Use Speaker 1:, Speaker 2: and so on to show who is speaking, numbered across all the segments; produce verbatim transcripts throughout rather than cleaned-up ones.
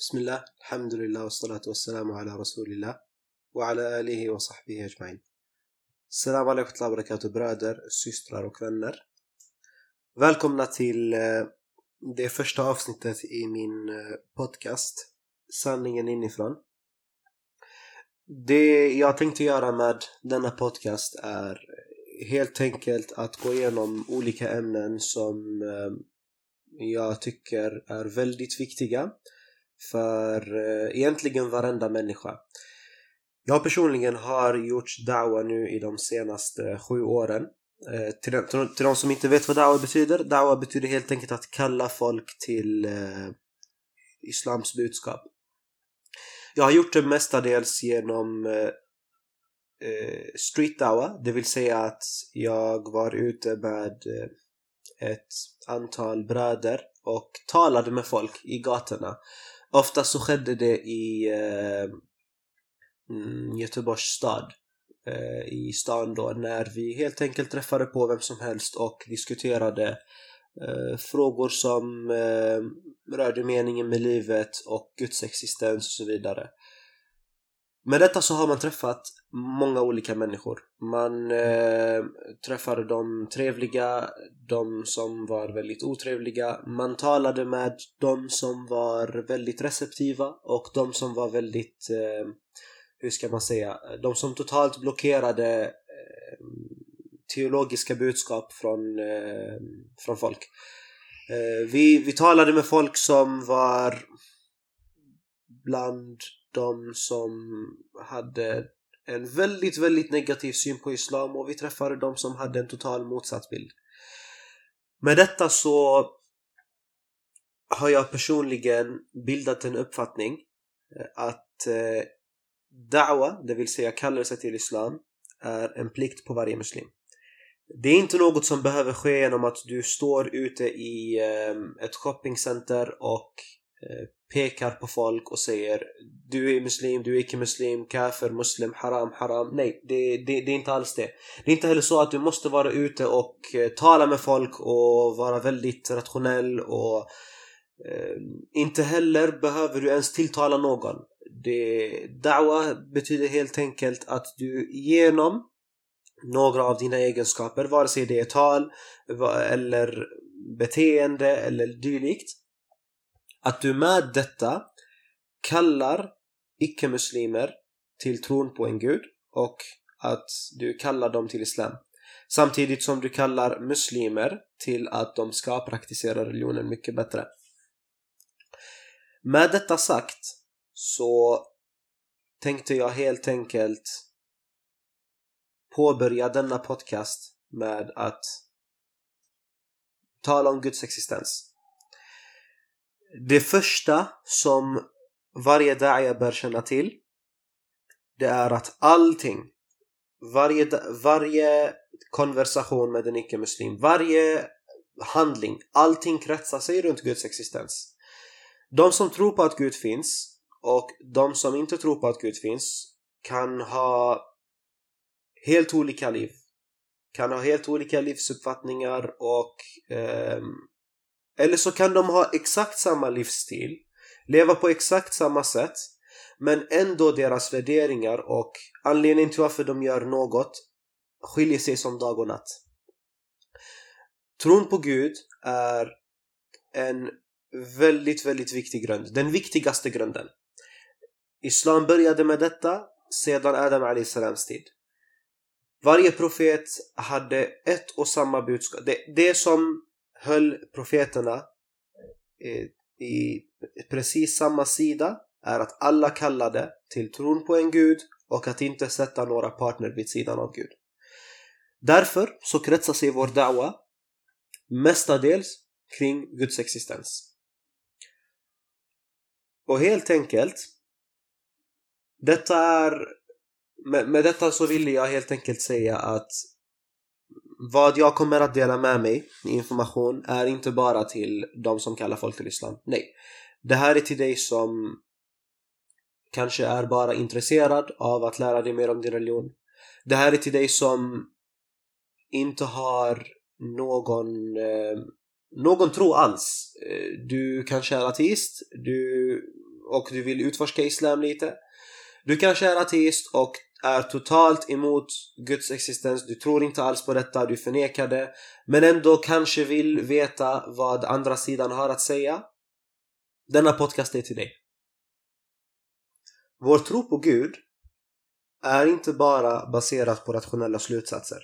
Speaker 1: بسم الله الحمد لله والصلاة والسلام على رسول الله وعلى آله وصحبه أجمعين. Assalamu alaikum wa barakatuh bröder, systrar och vänner. Välkomna till det första avsnittet i min podcast Sanningen inifrån. Det jag tänkte göra med denna podcast är helt enkelt att gå igenom olika ämnen som jag tycker är väldigt viktiga för egentligen varenda människa. Jag personligen har gjort da'wa nu i de senaste sju åren. Eh, till, de, till de som inte vet vad da'wa betyder. Da'wa betyder helt enkelt att kalla folk till eh, islams budskap. Jag har gjort det mestadels genom eh, street da'wa. Det vill säga att jag var ute med eh, ett antal bröder och talade med folk i gatorna. Ofta så skedde det i... Eh, Göteborgs stad eh, i stan då, när vi helt enkelt träffade på vem som helst och diskuterade eh, frågor som eh, rörde meningen med livet och Guds existens och så vidare. Med detta så har man träffat många olika människor. Man eh, träffade de trevliga, de som var väldigt otrevliga. Man talade med de som var väldigt receptiva och de som var väldigt eh, hur ska man säga, de som totalt blockerade eh, teologiska budskap från, eh, från folk. Eh, vi, vi talade med folk som var bland de som hade en väldigt, väldigt negativ syn på islam, och vi träffade de som hade en total motsatt bild. Med detta så har jag personligen bildat en uppfattning att eh, da'wa, det vill säga kallelse till islam, är en plikt på varje muslim. Det är inte något som behöver ske genom att du står ute i eh, ett shoppingcenter och eh, pekar på folk och säger du är muslim, du är icke muslim, kafir, muslim, haram, haram. Nej, det, det, det är inte alls det. Det är inte heller så att du måste vara ute och eh, tala med folk och vara väldigt rationell, och eh, inte heller behöver du ens tilltala någon. Det, da'wa betyder helt enkelt att du genom några av dina egenskaper, vare sig det är tal eller beteende eller dylikt, att du med detta kallar icke-muslimer till tron på en gud, och att du kallar dem till islam, samtidigt som du kallar muslimer till att de ska praktisera religionen mycket bättre. Med detta sagt så tänkte jag helt enkelt påbörja denna podcast med att tala om Guds existens. Det första som varje da'iya bör känna till, det är att allting, varje, varje konversation med en icke-muslim, varje handling, allting kretsar sig runt Guds existens. De som tror på att Gud finns och de som inte tror på att Gud finns kan ha helt olika liv. Kan ha helt olika livsuppfattningar, och eh, eller så kan de ha exakt samma livsstil, leva på exakt samma sätt, men ändå deras värderingar och anledningen till varför de gör något skiljer sig som dag och natt. Tron på Gud är en väldigt, väldigt viktig grund. Den viktigaste grunden. Islam började med detta sedan Adam alayhis salams tid. Varje profet hade ett och samma budskap. Det, det som höll profeterna i, i precis samma sida är att alla kallade till tron på en gud och att inte sätta några partner vid sidan av Gud. Därför så kretsar sig vår da'wa mestadels kring Guds existens. Och helt enkelt, detta är, med, med detta så vill jag helt enkelt säga att vad jag kommer att dela med mig i information är inte bara till de som kallar folk till islam. Nej, det här är till dig som kanske är bara intresserad av att lära dig mer om din religion. Det här är till dig som inte har någon eh, någon tro alls. Du kanske är ateist, du och du vill utforska islam lite. Du kanske är ateist och är totalt emot Guds existens. Du tror inte alls på detta, du förnekar det, men ändå kanske vill veta vad andra sidan har att säga. Denna podcast är till dig. Vår tro på Gud är inte bara baserat på rationella slutsatser.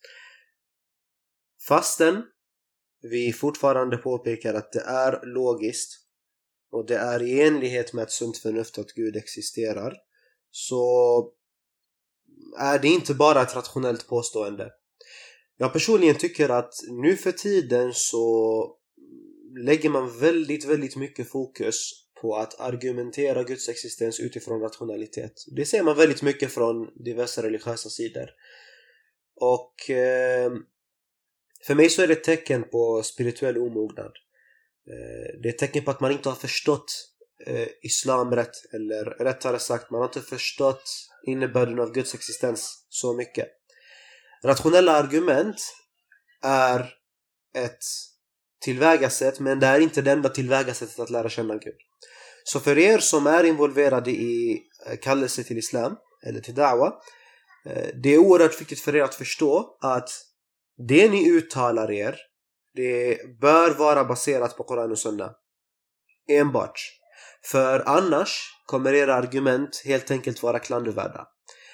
Speaker 1: Fastän vi fortfarande påpekar att det är logiskt och det är i enlighet med ett sunt förnuft att Gud existerar, så är det inte bara ett rationellt påstående. Jag personligen tycker att nu för tiden så lägger man väldigt, väldigt mycket fokus på att argumentera Guds existens utifrån rationalitet. Det ser man väldigt mycket från diverse religiösa sidor. Och eh, för mig så är det ett tecken på spirituell omognad. Eh, det är ett tecken på att man inte har förstått eh, islam rätt. Eller rättare sagt, man har inte förstått innebörden av Guds existens så mycket. Rationella argument är ett tillvägasätt, men det är inte det enda tillvägasättet att lära känna Gud. Så för er som är involverade i kallelse till islam eller till da'wa, det är oerhört viktigt för er att förstå att det ni uttalar er, det bör vara baserat på Koran och Sunna enbart. För annars kommer era argument helt enkelt vara klandervärda.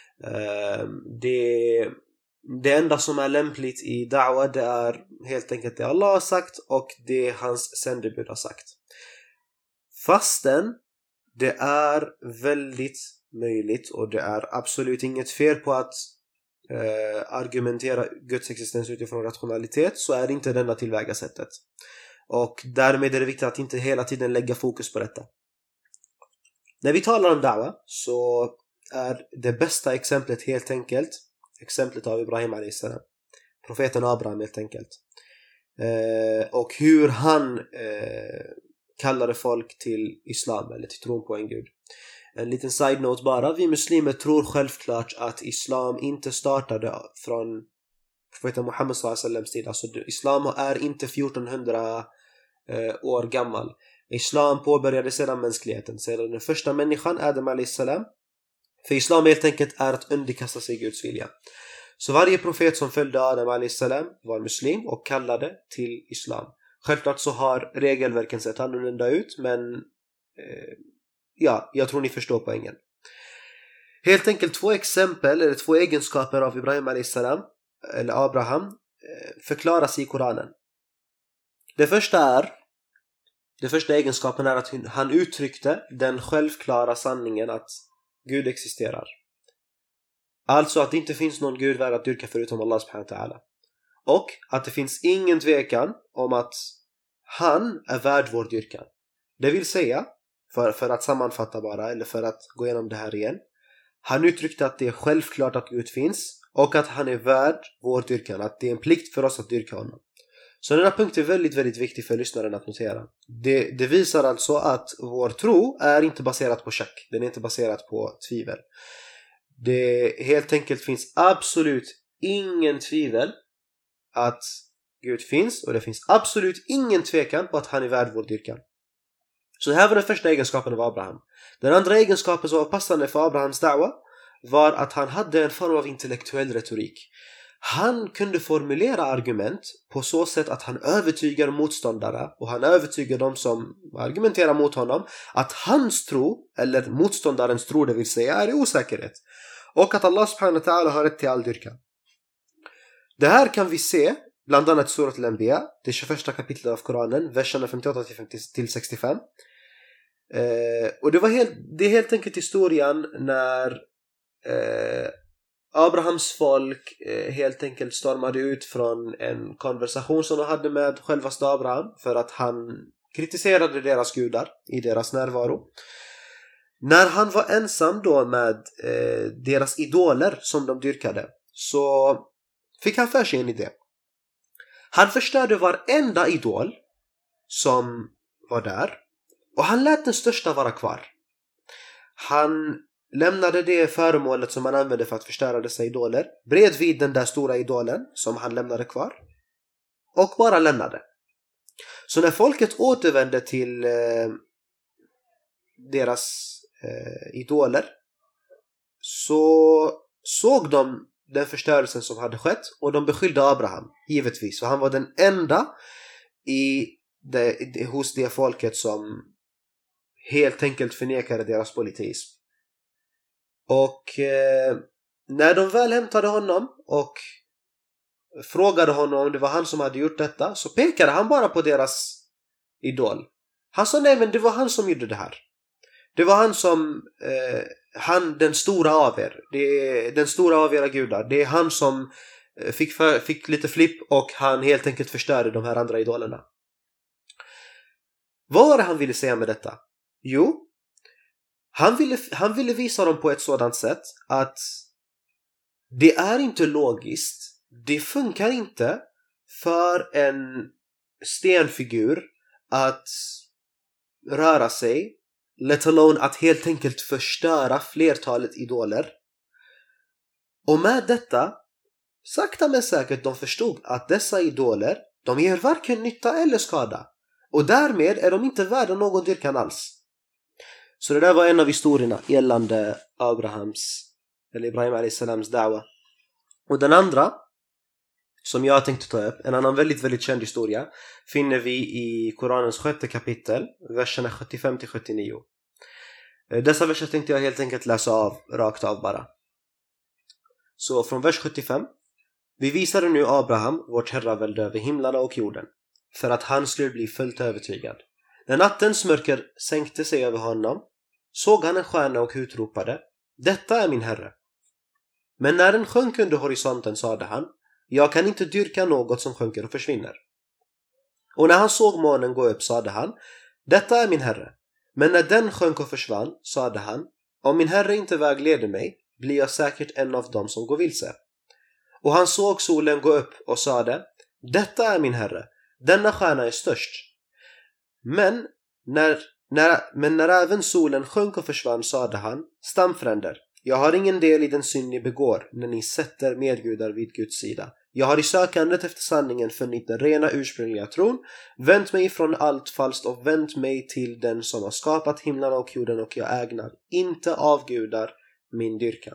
Speaker 1: Det, det enda som är lämpligt i da'wa, det är helt enkelt det Allah har sagt och det hans sändebud har sagt. Fastän det är väldigt möjligt och det är absolut inget fel på att eh, argumentera Guds existens utifrån rationalitet, så är det inte denna tillvägasättet. Och därmed är det viktigt att inte hela tiden lägga fokus på detta. När vi talar om da'wa så är det bästa exemplet helt enkelt exemplet av Ibrahim a.s. profeten Abraham helt enkelt. Eh, och hur han eh, kallade folk till islam eller till tron på en gud. En liten side note bara, vi muslimer tror självklart att islam inte startade från profeten Muhammed sallallahu alaihi wasallam tid. Alltså islam är inte fjortonhundra eh, år gammal. Islam påbörjade sedan mänskligheten, sedan den första människan Adam alayhis salam. För islam helt enkelt är att underkasta sig Guds vilja. Så varje profet som följde Adam alayhis salam var muslim och kallade till islam. Självklart så har regelverken sett annorlunda ut, men eh, ja, jag tror ni förstår poängen. Helt enkelt två exempel eller två egenskaper av Ibrahim alayhis salam eller Abraham eh, förklaras i Koranen. Det första är det första egenskapen är att han uttryckte den självklara sanningen att Gud existerar. Alltså att det inte finns någon Gud värd att dyrka förutom Allah subhanahu wa ta'ala. Och att det finns ingen tvekan om att han är värd vår dyrkan. Det vill säga, för, för att sammanfatta bara, eller för att gå igenom det här igen. Han uttryckte att det är självklart att Gud finns och att han är värd vår dyrkan. Att det är en plikt för oss att dyrka honom. Så den här punkten är väldigt, väldigt viktig för lyssnaren att notera. Det, det visar alltså att vår tro är inte baserat på shak. Den är inte baserat på tvivel. Det helt enkelt finns absolut ingen tvivel att Gud finns, och det finns absolut ingen tvekan på att han är värd vår dyrkan. Så det här var den första egenskapen av Abraham. Den andra egenskapen som var passande för Abrahams da'wa var att han hade en form av intellektuell retorik. Han kunde formulera argument på så sätt att han övertygar motståndare och han övertygar de som argumenterar mot honom att hans tro, eller motståndarens tro det vill säga, är i osäkerhet. Och att Allah subhanahu wa ta'ala har rätt till all dyrkan. Det här kan vi se bland annat surat al-Anbiya, det tjugoförsta kapitlet av Koranen, verserna femtioåtta till sextiofem. Eh, och det var helt, det är helt enkelt historien när eh, Abrahams folk eh, helt enkelt stormade ut från en konversation som de hade med självaste Abraham för att han kritiserade deras gudar i deras närvaro. När han var ensam då med eh, deras idoler som de dyrkade, så fick han för sig en idé. Han förstörde varenda idol som var där och han lät den största vara kvar. Han lämnade det föremålet som han använde för att förstöra dessa idoler bredvid den där stora idolen som han lämnade kvar och bara lämnade. Så när folket återvände till eh, deras eh, idoler, så såg de den förstörelsen som hade skett och de beskyllde Abraham, givetvis. För han var den enda i det, det, hos det folket som helt enkelt förnekade deras politism. Och eh, när de väl hämtade honom och frågade honom om det var han som hade gjort detta, så pekade han bara på deras idol. Han sa nej, men det var han som gjorde det här. Det var han som eh, han, den stora av er, det är den stora av era gudar. Det är han som eh, fick, för, fick lite flipp och han helt enkelt förstörde de här andra idolerna. Vad var det han ville säga med detta? Jo, han ville, han ville visa dem på ett sådant sätt att det är inte logiskt. Det funkar inte för en stenfigur att röra sig, let alone att helt enkelt förstöra flertalet idoler. Och med detta, sakta men säkert, de förstod att dessa idoler, de ger varken nytta eller skada. Och därmed är de inte värda någon dyrkan alls. Så det där var en av historierna gällande Abrahams, eller Ibrahim a.s. da'wa. Och den andra, som jag tänkte ta upp, en annan väldigt, väldigt känd historia, finner vi i Koranens sjätte kapitel, verserna sjuttiofem till sjuttionio. Dessa verser tänkte jag helt enkelt läsa av, rakt av bara. Så från vers sjuttiofem. Vi visade nu Abraham, vårt herravälde över himlarna och jorden, för att han skulle bli fullt övertygad. När nattens mörker sänkte sig över honom, såg han en stjärna och utropade: detta är min herre. Men när den sjönk under horisonten sade han: jag kan inte dyrka något som sjunker och försvinner. Och när han såg månen gå upp sade han: detta är min herre. Men när den sjönk och försvann sade han: om min herre inte vägleder mig blir jag säkert en av dem som går vilse. Och han såg solen gå upp och sade: detta är min herre. Denna stjärna är störst. Men när, när, men när även solen sjönk och försvann sade han: stamfränder, jag har ingen del i den synd ni begår när ni sätter medgudar vid Guds sida. Jag har i sökandet efter sanningen funnit den rena ursprungliga tron, vänt mig från allt falskt och vänt mig till den som har skapat himlarna och jorden, och jag ägnar inte avgudar min dyrkan.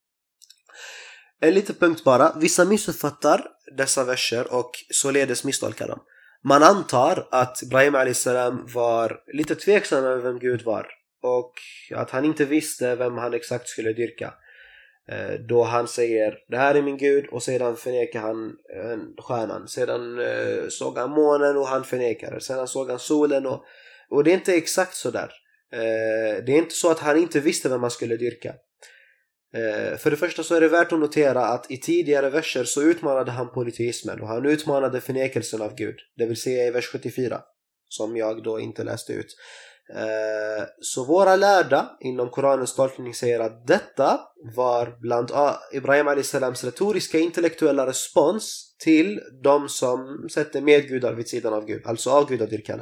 Speaker 1: En liten punkt bara. Vissa missuppfattar dessa verser och således misstolkar dem. Man antar att Ibrahim a.s. var lite tveksam över vem Gud var och att han inte visste vem han exakt skulle dyrka. Då han säger: det här är min Gud, och sedan förnekar han stjärnan. Sedan såg han månen och han förnekar. Sedan såg han solen och, och det är inte exakt så där. Det är inte så att han inte visste vem man skulle dyrka. För det första så är det värt att notera att i tidigare verser så utmanade han polyteismen och han utmanade förnekelsen av Gud. Det vill säga i vers sjuttiofyra, som jag då inte läste ut. Så våra lärda inom Koranens tolkning säger att detta var bland Ibrahim a.s. retoriska intellektuella respons till de som sätter medgudar vid sidan av Gud, alltså avgudadyrkarna.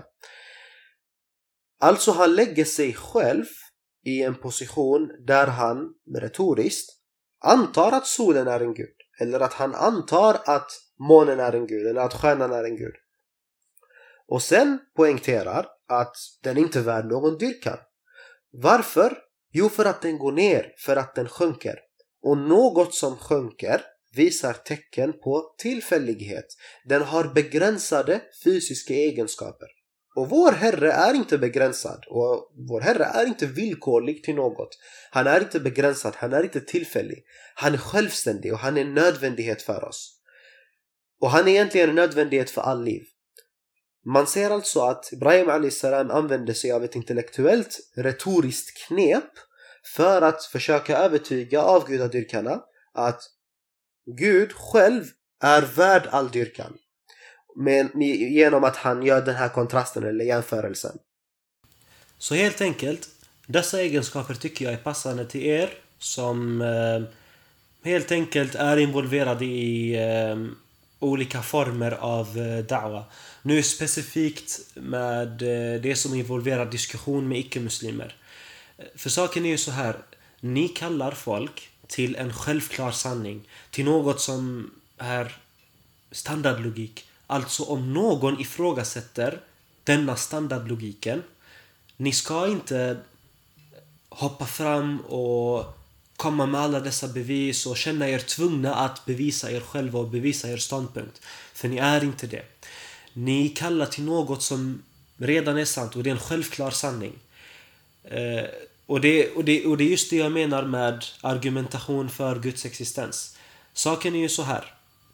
Speaker 1: Alltså han lägger sig själv i en position där han retoriskt antar att solen är en gud, eller att han antar att månen är en gud, eller att stjärnan är en gud, och sen poängterar att den inte är värd någon dyrkan. Varför? Jo, för att den går ner, för att den sjunker. Och något som sjunker visar tecken på tillfällighet. Den har begränsade fysiska egenskaper. Och vår Herre är inte begränsad, och vår Herre är inte villkorlig till något. Han är inte begränsad, han är inte tillfällig. Han är självständig och han är en nödvändighet för oss. Och han är egentligen en nödvändighet för all liv. Man ser alltså att Ibrahim a.s. använde sig av ett intellektuellt retoriskt knep för att försöka övertyga avgudadyrkarna att Gud själv är värd all dyrkan. Men genom att han gör den här kontrasten eller jämförelsen. Så helt enkelt, dessa egenskaper tycker jag är passande till er som eh, helt enkelt är involverade i eh, olika former av eh, da'wa. Nu specifikt med eh, det som involverar diskussion med icke-muslimer. För saken är ju så här, ni kallar folk till en självklar sanning, till något som är standardlogik. Alltså om någon ifrågasätter denna standardlogiken, ni ska inte hoppa fram och komma med alla dessa bevis och känna er tvungna att bevisa er själva och bevisa er ståndpunkt. För ni är inte det. Ni kallar till något som redan är sant och det är en självklar sanning. Eh, och, det, och, det, och det är just det jag menar med argumentation för Guds existens. Saken är ju så här.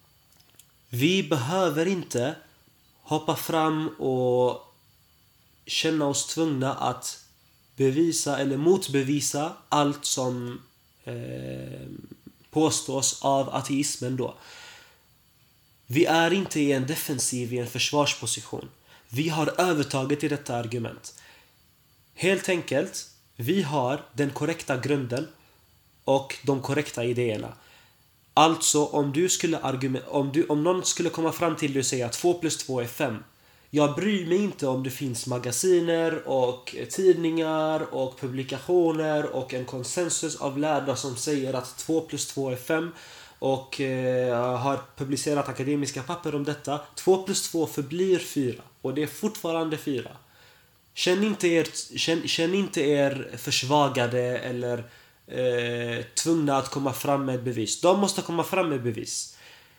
Speaker 1: Vi behöver inte hoppa fram och känna oss tvungna att bevisa eller motbevisa allt som eh, påstås av ateismen då. Vi är inte i en defensiv, i en försvarsposition. Vi har övertaget i detta argument. Helt enkelt, vi har den korrekta grunden och de korrekta idéerna. Alltså om du skulle argument, om, du, om någon skulle komma fram till dig och säga att två plus två är fem. Jag bryr mig inte om det finns magasiner och tidningar och publikationer och en konsensus av lärda som säger att två plus två är fem och eh, har publicerat akademiska papper om detta. två plus två förblir fyra och det är fortfarande fyra. Känn inte er, känn, känn inte er försvagade eller eh, tvungna att komma fram med bevis. De måste komma fram med bevis.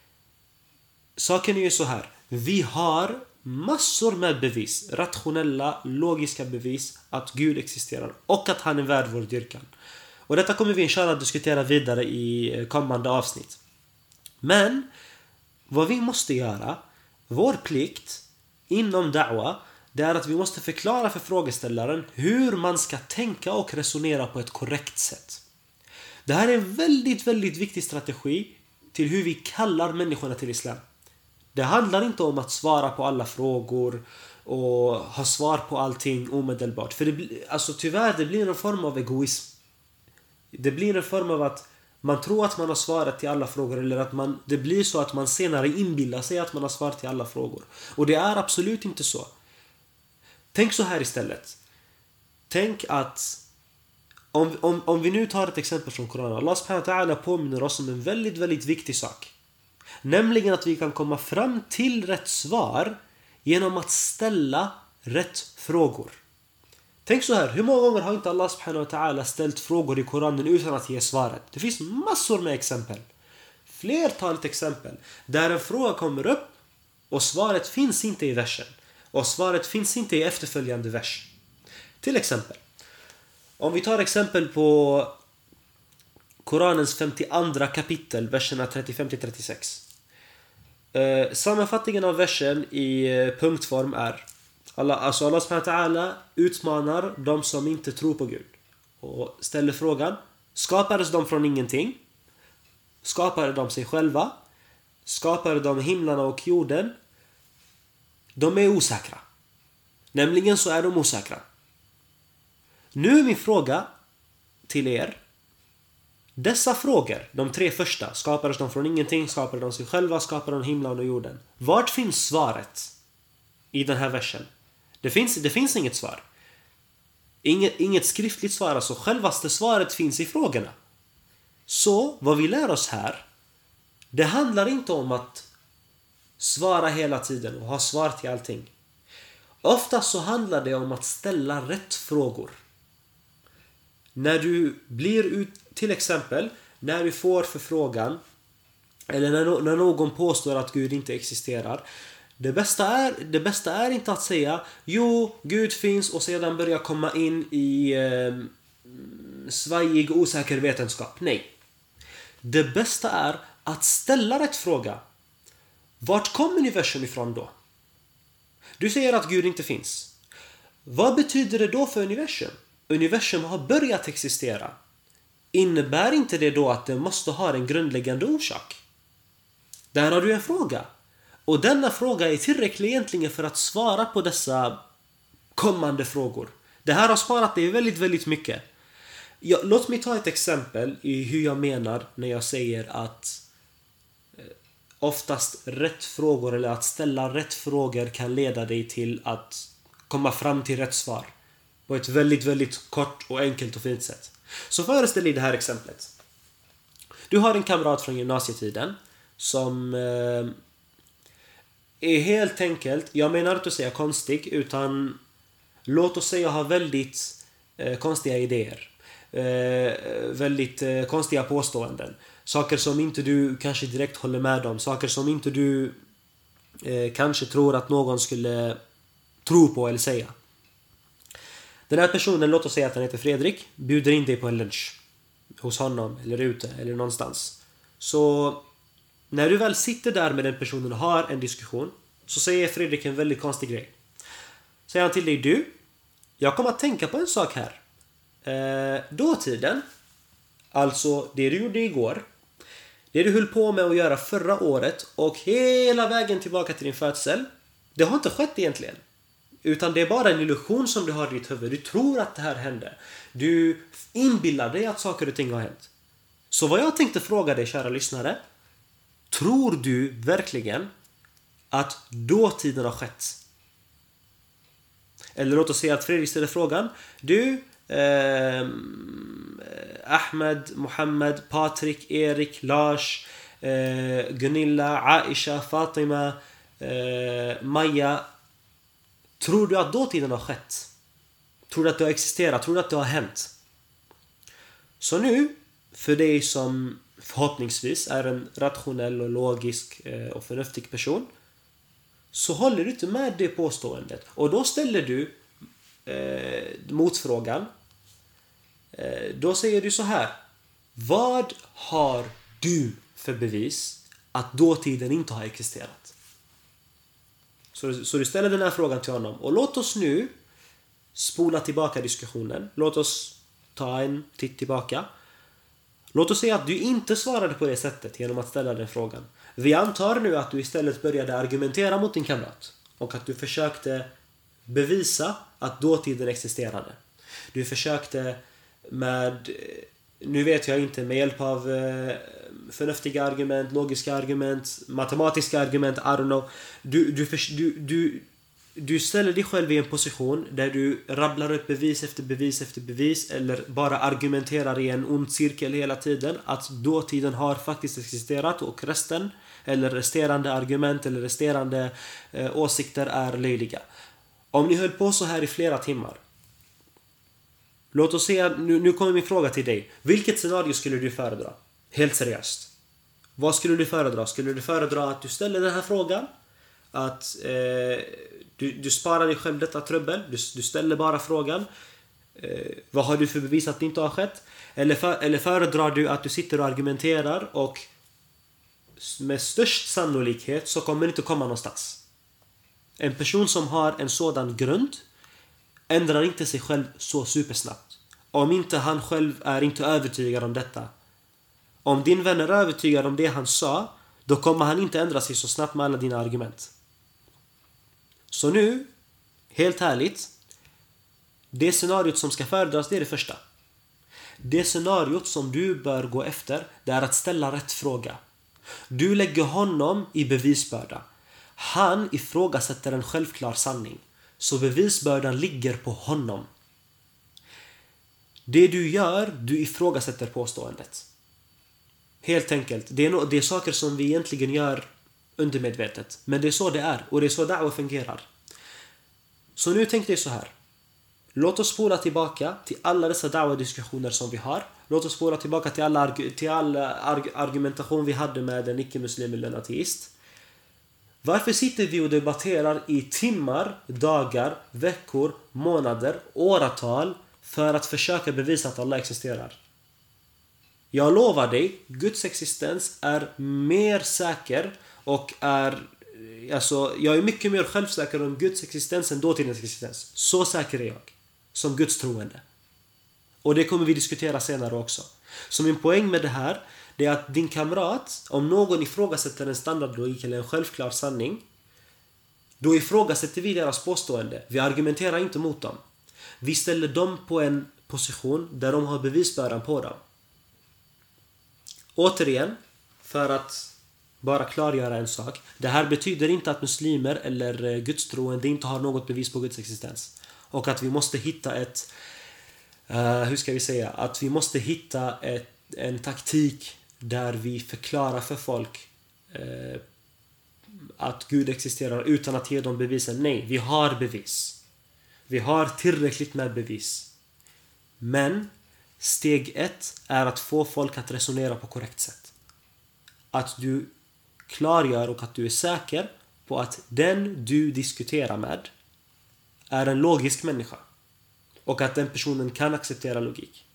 Speaker 1: Saken är ju så här. Vi har massor med bevis, rationella, logiska bevis att Gud existerar och att han är värd vår dyrkan. Och detta kommer vi inshallah diskutera vidare i kommande avsnitt. Men vad vi måste göra, vår plikt inom da'wa, det är att vi måste förklara för frågeställaren hur man ska tänka och resonera på ett korrekt sätt. Det här är en väldigt, väldigt viktig strategi till hur vi kallar människorna till islam. Det handlar inte om att svara på alla frågor och ha svar på allting omedelbart. För det blir, alltså tyvärr, det blir en form av egoism. Det blir en form av att man tror att man har svarat till alla frågor, eller att man, det blir så att man senare inbillar sig att man har svarat till alla frågor. Och det är absolut inte så. Tänk så här istället. Tänk att om, om, om vi nu tar ett exempel från Koranen. Allah subhanahu wa ta'ala påminner oss om en väldigt, väldigt viktig sak. Nämligen att vi kan komma fram till rätt svar genom att ställa rätt frågor. Tänk så här, hur många gånger har inte Allah subhanahu wa ta'ala ställt frågor i Koranen utan att ge svaret? Det finns massor med exempel. Flertalet exempel där en fråga kommer upp och svaret finns inte i versen. Och svaret finns inte i efterföljande vers. Till exempel, om vi tar exempel på Koranens femtioandra kapitel, verserna trettiofem till trettiosex. Eh, sammanfattningen av versen i eh, punktform är Allah, alltså Allah subhanahu wa ta'ala utmanar de som inte tror på Gud och ställer frågan: skapades de från ingenting? Skapade de sig själva? Skapade de himlarna och jorden? De är osäkra. Nämligen så är de osäkra. Nu är min fråga till er: dessa frågor, de tre första, skapades de från ingenting, skapade de sig själva, skapade de himlen och jorden. Vart finns svaret i den här versen? Det finns, det finns inget svar. Inget, inget skriftligt svar, alltså självaste svaret finns i frågorna. Så vad vi lär oss här, det handlar inte om att svara hela tiden och ha svar till allting. Ofta så handlar det om att ställa rätt frågor. När du blir ut, till exempel, när du får förfrågan eller när, no, när någon påstår att Gud inte existerar, det bästa är, det bästa är inte att säga jo, Gud finns och sedan börja komma in i eh, svajig, osäker vetenskap. Nej. Det bästa är att ställa rätt fråga. Vart kommer universum ifrån då? Du säger att Gud inte finns. Vad betyder det då för universum? Universum har börjat existera. Innebär inte det då att det måste ha en grundläggande orsak? Där har du en fråga. Och denna fråga är tillräcklig egentligen för att svara på dessa kommande frågor. Det här har sparat dig väldigt, väldigt mycket. Ja, låt mig ta ett exempel i hur jag menar när jag säger att oftast rätt frågor eller att ställa rätt frågor kan leda dig till att komma fram till rätt svar. På ett väldigt, väldigt kort och enkelt och fint sätt. Så föreställ dig det här exemplet. Du har en kamrat från gymnasietiden som eh, är helt enkelt, jag menar inte att säga konstig, utan låt oss säga har väldigt eh, konstiga idéer. eh, väldigt eh, konstiga påståenden. Saker som inte du kanske direkt håller med om. Saker som inte du eh, kanske tror att någon skulle tro på eller säga. Den här personen, låt oss säga att han heter Fredrik, bjuder in dig på en lunch hos honom eller ute eller någonstans. Så när du väl sitter där med den personen och har en diskussion, så säger Fredrik en väldigt konstig grej. Säger han till dig: du, jag kommer att tänka på en sak här. Eh, dåtiden, alltså det du gjorde igår, det du höll på med att göra förra året och hela vägen tillbaka till din födsel, det har inte skett egentligen. Utan det är bara en illusion som du har i ditt huvud. Du tror att det här hände. Du inbillar dig att saker och ting har hänt. Så vad jag tänkte fråga dig, kära lyssnare: tror du verkligen att dåtiden har skett? Eller låt oss säga att Fredrik ställer frågan: du, eh, Ahmed, Mohammed, Patrik, Erik, Lars, eh, Gunilla, Aisha, Fatima, eh, Maja, tror du att dåtiden har skett? Tror du att det har existerat? Tror du att det har hänt? Så nu, för dig som förhoppningsvis är en rationell och logisk och förnuftig person, så håller du inte med det påståendet. Och då ställer du eh, motfrågan. Eh, då säger du så här: vad har du för bevis att dåtiden inte har existerat? Så, så du ställer den här frågan till honom. Och låt oss nu spola tillbaka diskussionen. Låt oss ta en titt tillbaka. Låt oss säga att du inte svarade på det sättet genom att ställa den frågan. Vi antar nu att du istället började argumentera mot din kamrat. Och att du försökte bevisa att dåtiden existerade. Du försökte med, nu vet jag inte, med hjälp av förnuftiga argument, logiska argument, matematiska argument, I don't know. Du, du, du, du, du ställer dig själv i en position där du rabblar upp bevis efter bevis efter bevis, eller bara argumenterar i en ond cirkel hela tiden att dåtiden har faktiskt existerat, och resten, eller resterande argument eller resterande eh, åsikter är löjliga. Om ni höll på så här i flera timmar, låt oss se, nu, nu kommer min fråga till dig. Vilket scenario skulle du föredra? Helt seriöst. Vad skulle du föredra? Skulle du föredra att du ställer den här frågan? Att eh, du, du sparar dig själv detta trubbel? Du, du ställer bara frågan. Eh, vad har du för bevis att det inte har skett? Eller, för, eller föredrar du att du sitter och argumenterar och med störst sannolikhet så kommer det inte komma någonstans? En person som har en sådan grund ändrar inte sig själv så supersnabbt. Om inte han själv är inte övertygad om detta. Om din vän är övertygad om det han sa, då kommer han inte ändra sig så snabbt med alla dina argument. Så nu, helt ärligt, det scenariot som ska föredras, det är det första. Det scenariot som du bör gå efter, det är att ställa rätt fråga. Du lägger honom i bevisbörda. Han ifrågasätter en självklar sanning. Så bevisbördan ligger på honom. Det du gör, du ifrågasätter påståendet. Helt enkelt. Det är, no- det är saker som vi egentligen gör undermedvetet. Men det är så det är. Och det är så da'wa fungerar. Så nu tänkte jag så här. Låt oss spola tillbaka till alla dessa da'wa-diskussioner som vi har. Låt oss spola tillbaka till alla, arg- till alla arg- argumentation vi hade med en icke-muslim eller en ateist. Varför sitter vi och debatterar i timmar, dagar, veckor, månader, åratal för att försöka bevisa att Allah existerar? Jag lovar dig, Guds existens är mer säker och är, alltså, jag är mycket mer självsäker om Guds existens än dåtidens existens. Så säker är jag som Guds troende. Och det kommer vi diskutera senare också. Så min poäng med det här, det är att din kamrat, om någon ifrågasätter en standardlogik eller en självklar sanning, då ifrågasätter vi deras påstående. Vi argumenterar inte mot dem. Vi ställer dem på en position där de har bevisbördan på dem. Återigen, för att bara klargöra en sak. Det här betyder inte att muslimer eller gudstroende inte har något bevis på Guds existens. Och att vi måste hitta ett, uh, hur ska vi säga, att vi måste hitta ett, en taktik där vi förklarar för folk uh, att Gud existerar utan att ge dem bevisen. Nej, vi har bevis. Vi har tillräckligt med bevis. Men Steg ett är att få folk att resonera på korrekt sätt. Att du klargör och att du är säker på att den du diskuterar med är en logisk människa. Och att den personen kan acceptera logik.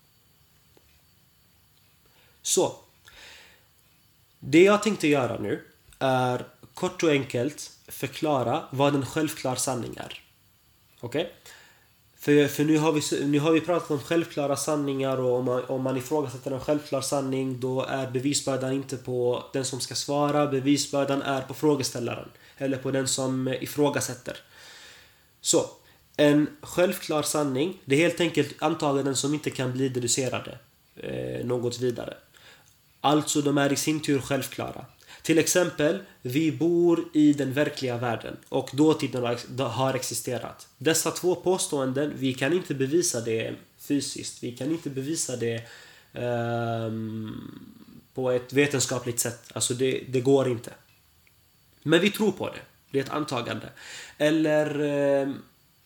Speaker 1: Så. Det jag tänkte göra nu är kort och enkelt förklara vad en självklar sanning är. Okej? Okay? För, för nu, har vi, nu har vi pratat om självklara sanningar, och om man, om man ifrågasätter en självklar sanning, då är bevisbördan inte på den som ska svara. Bevisbördan är på frågeställaren. Eller på den som ifrågasätter. Så, en självklar sanning, det är helt enkelt antaganden som inte kan bli deducerade eh, något vidare. Alltså de är i sin tur självklara. Till exempel, vi bor i den verkliga världen och dåtiden har existerat. Dessa två påståenden, vi kan inte bevisa det fysiskt. Vi kan inte bevisa det um, på ett vetenskapligt sätt. Alltså det, det går inte. Men vi tror på det. Det är ett antagande. Eller... Um,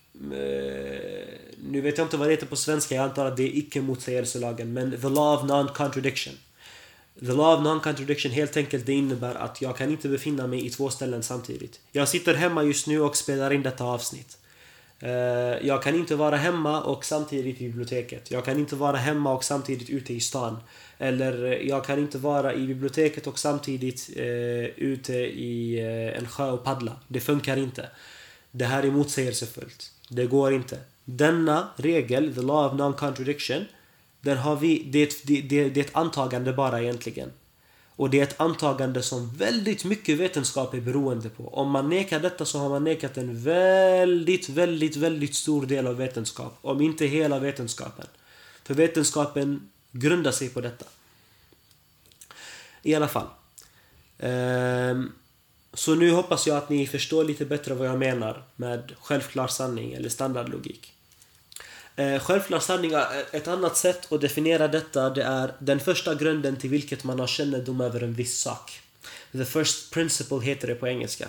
Speaker 1: nu vet jag inte vad det heter på svenska. Jag antar att det är icke-motsägelselagen. Men the law of non-contradiction. The law of non-contradiction, helt enkelt, det innebär att jag kan inte befinna mig i två ställen samtidigt. Jag sitter hemma just nu och spelar in detta avsnitt. Jag kan inte vara hemma och samtidigt i biblioteket. Jag kan inte vara hemma och samtidigt ute i stan. Eller jag kan inte vara i biblioteket och samtidigt eh, ute i eh, en sjö och paddla. Det funkar inte. Det här är motsägelsefullt. Det går inte. Denna regel, the law of non-contradiction, den har vi, det, är ett, det, det, det är ett antagande bara egentligen. Och det är ett antagande som väldigt mycket vetenskap är beroende på. Om man nekar detta så har man nekat en väldigt, väldigt, väldigt stor del av vetenskap. Om inte hela vetenskapen. För vetenskapen grundar sig på detta. I alla fall. Ehm, så nu hoppas jag att ni förstår lite bättre vad jag menar med självklar sanning eller standardlogik. Eh, självklar sanning, ett annat sätt att definiera detta, det är den första grunden till vilket man har kännedom över en viss sak. The first principle heter det på engelska.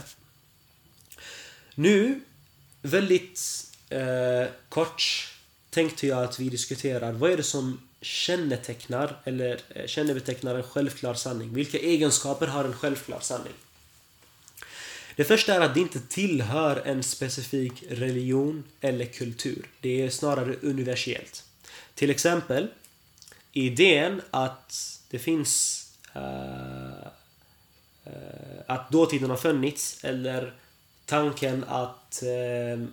Speaker 1: Nu, väldigt eh, kort tänkte jag att vi diskuterar vad är det som kännetecknar eller eh, kännebetecknar en självklar sanning. Vilka egenskaper har en självklar sanning? Det första är att det inte tillhör en specifik religion eller kultur. Det är snarare universellt. Till exempel idén att det finns uh, uh, att dåtiden har funnits, eller tanken att uh,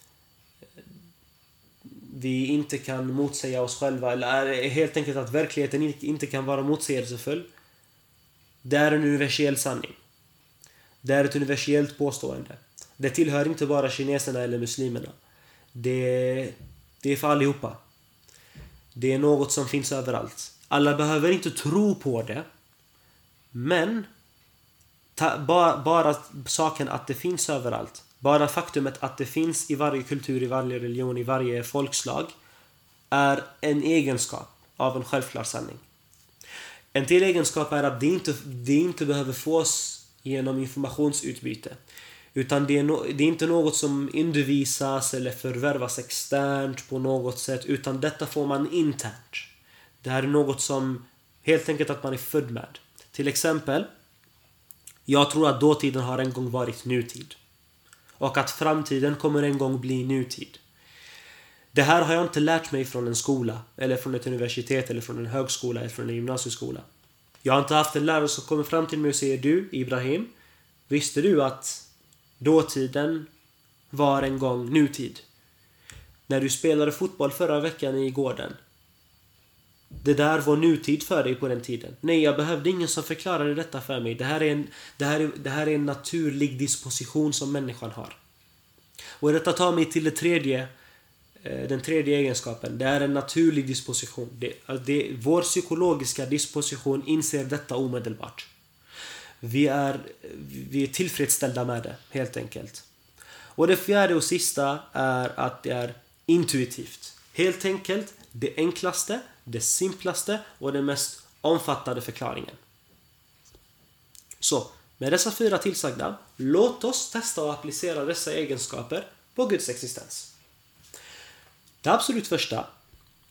Speaker 1: vi inte kan motsäga oss själva, eller helt enkelt att verkligheten inte kan vara motsägelsefull. Det är en universell sanning. Det är ett universellt påstående. Det tillhör inte bara kineserna eller muslimerna. Det, det är för allihopa. Det är något som finns överallt. Alla behöver inte tro på det. Men ta, ba, bara saken att det finns överallt. Bara faktumet att det finns i varje kultur, i varje religion, i varje folkslag är en egenskap av en självklar sanning. En till egenskap är att det inte, det inte behöver fås genom informationsutbyte. Utan det är, no, det är inte något som undervisas eller förvärvas externt på något sätt. Utan detta får man internt. Det här är något som helt enkelt att man är född med. Till exempel, jag tror att dåtiden har en gång varit nutid. Och att framtiden kommer en gång bli nutid. Det här har jag inte lärt mig från en skola. Eller från ett universitet, eller från en högskola, eller från en gymnasieskola. Jag har inte haft en lärare som kommer fram till mig och säger: du, Ibrahim, visste du att dåtiden var en gång nutid? När du spelade fotboll förra veckan i gården, det där var nutid för dig på den tiden. Nej, jag behövde ingen som förklarade detta för mig. Det här är en, det här är, det här är en naturlig disposition som människan har. Och detta tar mig till det tredje, den tredje egenskapen. Det är en naturlig disposition. Det, det, vår psykologiska disposition inser detta omedelbart. Vi är, vi är tillfredsställda med det, helt enkelt. Och det fjärde och sista är att det är intuitivt. Helt enkelt, det enklaste, det simplaste och den mest omfattande förklaringen. Så, med dessa fyra tillsagda, låt oss testa och applicera dessa egenskaper på Guds existens. Det absolut första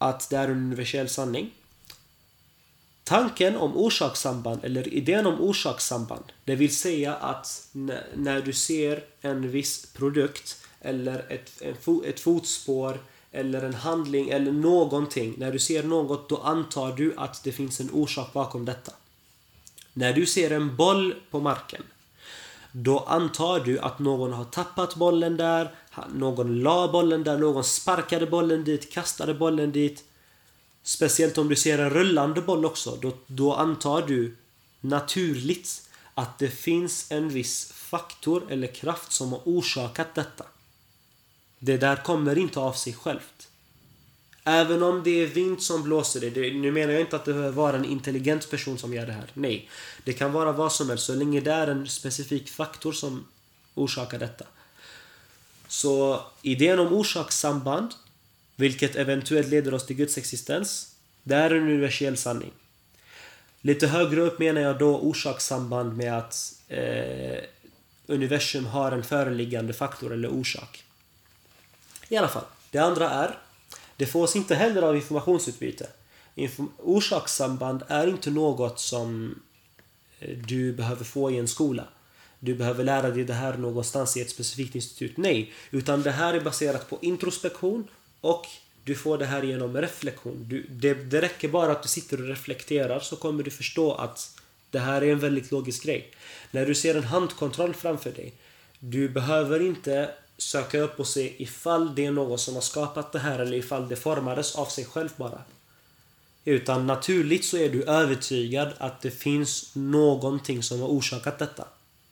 Speaker 1: att det är en universell sanning. Tanken om orsakssamband eller idén om orsakssamband, det vill säga att n- när du ser en viss produkt eller ett, en fo- ett fotspår eller en handling eller någonting, när du ser något, då antar du att det finns en orsak bakom detta. När du ser en boll på marken, då antar du att någon har tappat bollen där, någon la bollen där, någon sparkade bollen dit, kastade bollen dit. Speciellt om du ser en rullande boll också, då, då antar du naturligt att det finns en viss faktor eller kraft som har orsakat detta. Det där kommer inte av sig självt. Även om det är vind som blåser det, det nu menar jag inte att det behöver vara en intelligent person som gör det här. Nej, det kan vara vad som helst så länge det är en specifik faktor som orsakar detta. Så idén om orsakssamband, vilket eventuellt leder oss till Guds existens, det är en universell sanning. Lite högre upp menar jag då orsakssamband med att eh, universum har en föreliggande faktor eller orsak. I alla fall, det andra är, det fås inte heller av informationsutbyte. Inform- orsakssamband är inte något som du behöver få i en skola. Du behöver lära dig det här någonstans i ett specifikt institut. Nej, utan det här är baserat på introspektion och du får det här genom reflektion. Du, det, det räcker bara att du sitter och reflekterar så kommer du förstå att det här är en väldigt logisk grej. När du ser en handkontroll framför dig, du behöver inte söka upp och se ifall det är någon som har skapat det här eller ifall det formades av sig själv bara. Utan naturligt så är du övertygad att det finns någonting som har orsakat detta.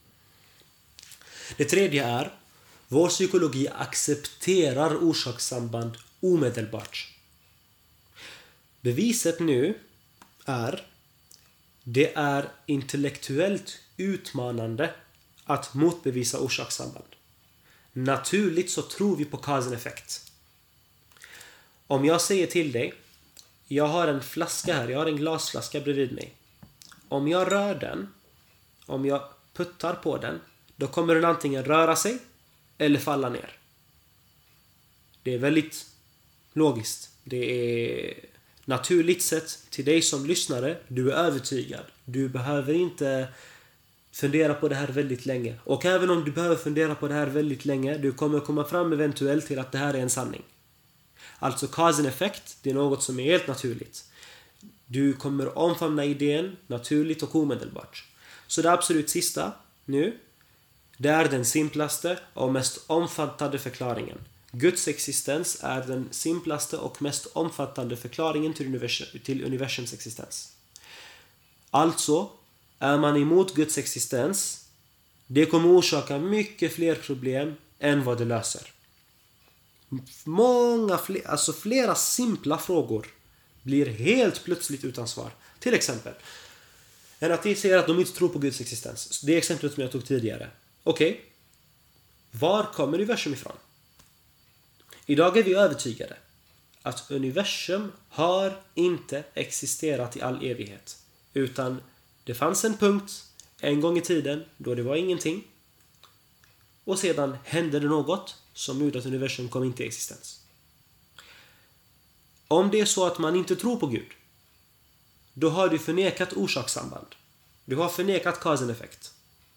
Speaker 1: Det tredje är, vår psykologi accepterar orsakssamband omedelbart. Beviset nu är, det är intellektuellt utmanande att motbevisa orsakssamband. Naturligt så tror vi på cause and effect. Om jag säger till dig, jag har en flaska här, jag har en glasflaska bredvid mig. Om jag rör den, om jag puttar på den, då kommer den antingen röra sig eller falla ner. Det är väldigt logiskt. Det är naturligt sett till dig som lyssnare. Du är övertygad. Du behöver inte fundera på det här väldigt länge. Och även om du behöver fundera på det här väldigt länge, du kommer komma fram eventuellt till att det här är en sanning. Alltså cause and effect, det är något som är helt naturligt. Du kommer omfamna idén naturligt och omedelbart. Så det absolut sista nu, det är den simplaste och mest omfattande förklaringen. Guds existens är den simplaste och mest omfattande förklaringen till, universum, till universums existens. Alltså, är man emot Guds existens, det kommer orsaka mycket fler problem än vad det löser. Många fler, alltså flera simpla frågor blir helt plötsligt utan svar. Till exempel, en ateist säger att de inte tror på Guds existens. Det är exemplet som jag tog tidigare. Okej, okay. Var kommer universum ifrån? Idag är vi övertygade att universum har inte existerat i all evighet. Utan det fanns en punkt en gång i tiden då det var ingenting. Och sedan hände det något som gjorde att universum kom inte i existens. Om det är så att man inte tror på Gud, då har du förnekat orsakssamband. Du har förnekat cause and effect.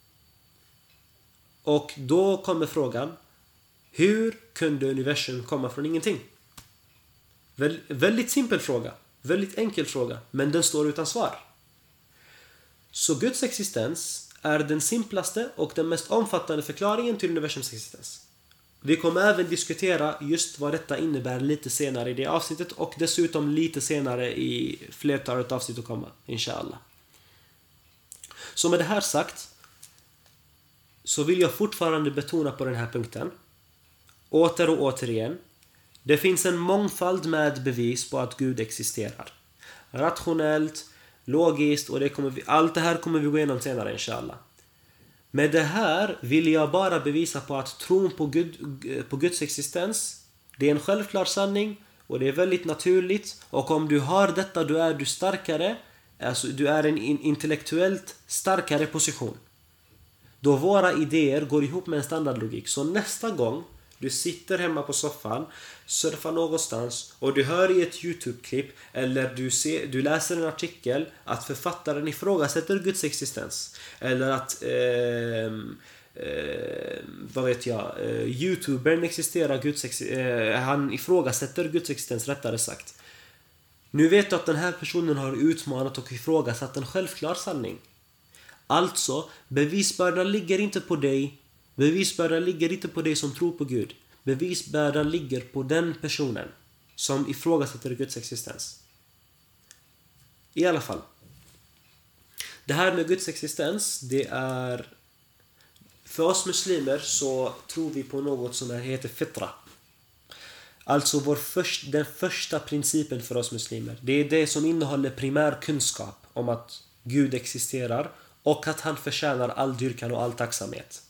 Speaker 1: Och då kommer frågan, hur kunde universum komma från ingenting? Vä- väldigt simpel fråga. Väldigt enkel fråga. Men den står utan svar. Så Guds existens är den simplaste och den mest omfattande förklaringen till universums existens. Vi kommer även diskutera just vad detta innebär lite senare i det avsnittet. Och dessutom lite senare i flertalet avsnitt att komma. Inshallah. Så med det här sagt, så vill jag fortfarande betona på den här punkten. Åter och återigen. Det finns en mångfald med bevis på att Gud existerar. Rationellt, logiskt och det kommer vi, allt det här kommer vi gå igenom senare inshallah. Med det här vill jag bara bevisa på att tron på, Gud, på Guds existens, det är en självklar sanning och det är väldigt naturligt. Och om du har detta, då är du starkare. Alltså du är en intellektuellt starkare position. Då våra idéer går ihop med en standardlogik. Så nästa gång Du sitter hemma på soffan, surfar någonstans och du hör i ett YouTube-klipp eller du, ser, du läser en artikel att författaren ifrågasätter Guds existens. Eller att, eh, eh, vad vet jag, eh, YouTubern existerar, Guds ex- eh, han ifrågasätter Guds existens rättare sagt. Nu vet du att den här personen har utmanat och ifrågasatt en självklar sanning. Alltså, bevisbördan ligger inte på dig. Bevisbördan ligger inte på dig som tror på Gud. Bevisbördan ligger på den personen som ifrågasätter Guds existens. I alla fall. Det här med Guds existens, det är... För oss muslimer så tror vi på något som heter fitra. Alltså vår först, den första principen för oss muslimer. Det är det som innehåller primär kunskap om att Gud existerar och att han förtjänar all dyrkan och all tacksamhet.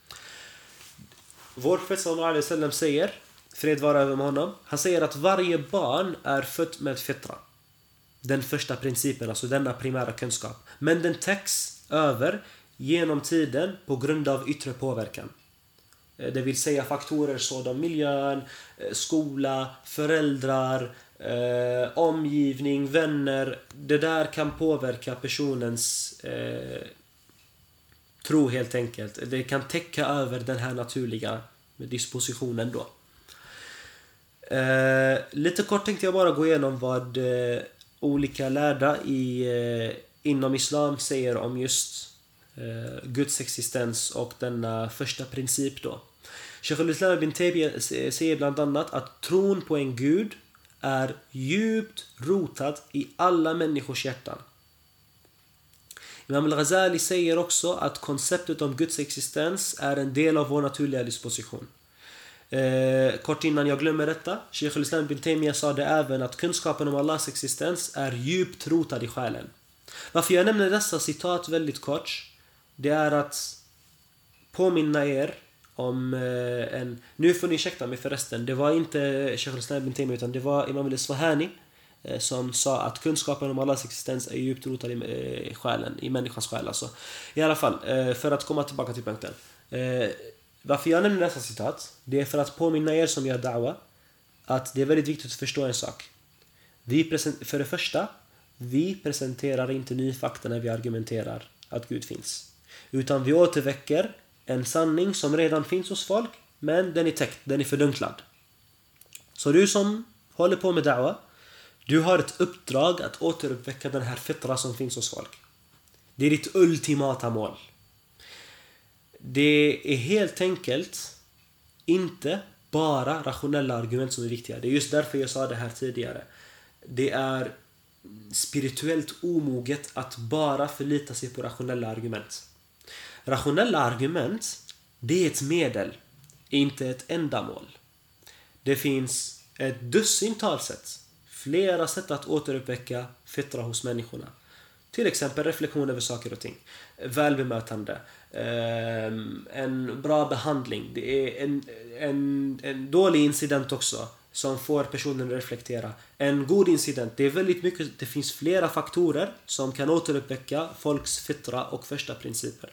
Speaker 1: Vår profet sallallahu alaihi wasallam säger, fred vara över med honom, han säger att varje barn är fött med fitra. Den första principen, alltså denna primära kunskap. Men den täcks över genom tiden på grund av yttre påverkan. Det vill säga faktorer sådana miljön, skola, föräldrar, eh, omgivning, vänner. Det där kan påverka personens eh, tro helt enkelt. Det kan täcka över den här naturliga dispositionen då. Eh, lite kort tänkte jag bara gå igenom vad eh, olika lärda i, eh, inom islam säger om just eh, Guds existens och denna första princip då. Sheikh al-Islam ibn Taymiyyah säger bland annat att tron på en gud är djupt rotad i alla människors hjärtan. Imam al-Ghazali säger också att konceptet om Guds existens är en del av vår naturliga disposition. Eh, kort innan jag glömmer detta, Sheikh al-Islam ibn Taymiyyah sa det även att kunskapen om Allahs existens är djupt rotad i själen. Varför jag nämner dessa citat väldigt kort, det är att påminna er om eh, en... Nu får ni ursäkta mig förresten, det var inte Sheikh al-Islam ibn Taymiyyah utan det var Imam al-Isfahani eh, som sa att kunskapen om Allahs existens är djupt rotad i, eh, i själen, i människans själ alltså. I alla fall, eh, för att komma tillbaka till punkten. Eh, varför jag nämner dessa citat, det är för att påminna er som gör da'wa att det är väldigt viktigt att förstå en sak. Vi present- för det första, vi presenterar inte ny fakta när vi argumenterar att Gud finns. Utan vi återväcker en sanning som redan finns hos folk, men den är täckt, den är fördunklad. Så du som håller på med da'wa, du har ett uppdrag att återuppväcka den här fitra som finns hos folk. Det är ditt ultimata mål. Det är helt enkelt inte bara rationella argument som är viktiga. Det är just därför jag sa det här tidigare. Det är spirituellt omoget att bara förlita sig på rationella argument. Rationella argument, det är ett medel, inte ett ändamål. Det finns ett dussintal sätt, flera sätt att återuppväcka fitra hos människorna. Till exempel reflektion över saker och ting, välbemötande, en bra behandling. Det är en, en, en dålig incident också som får personen att reflektera. En god incident, det är väldigt mycket, det finns flera faktorer som kan återuppväcka folks fitra och första principer.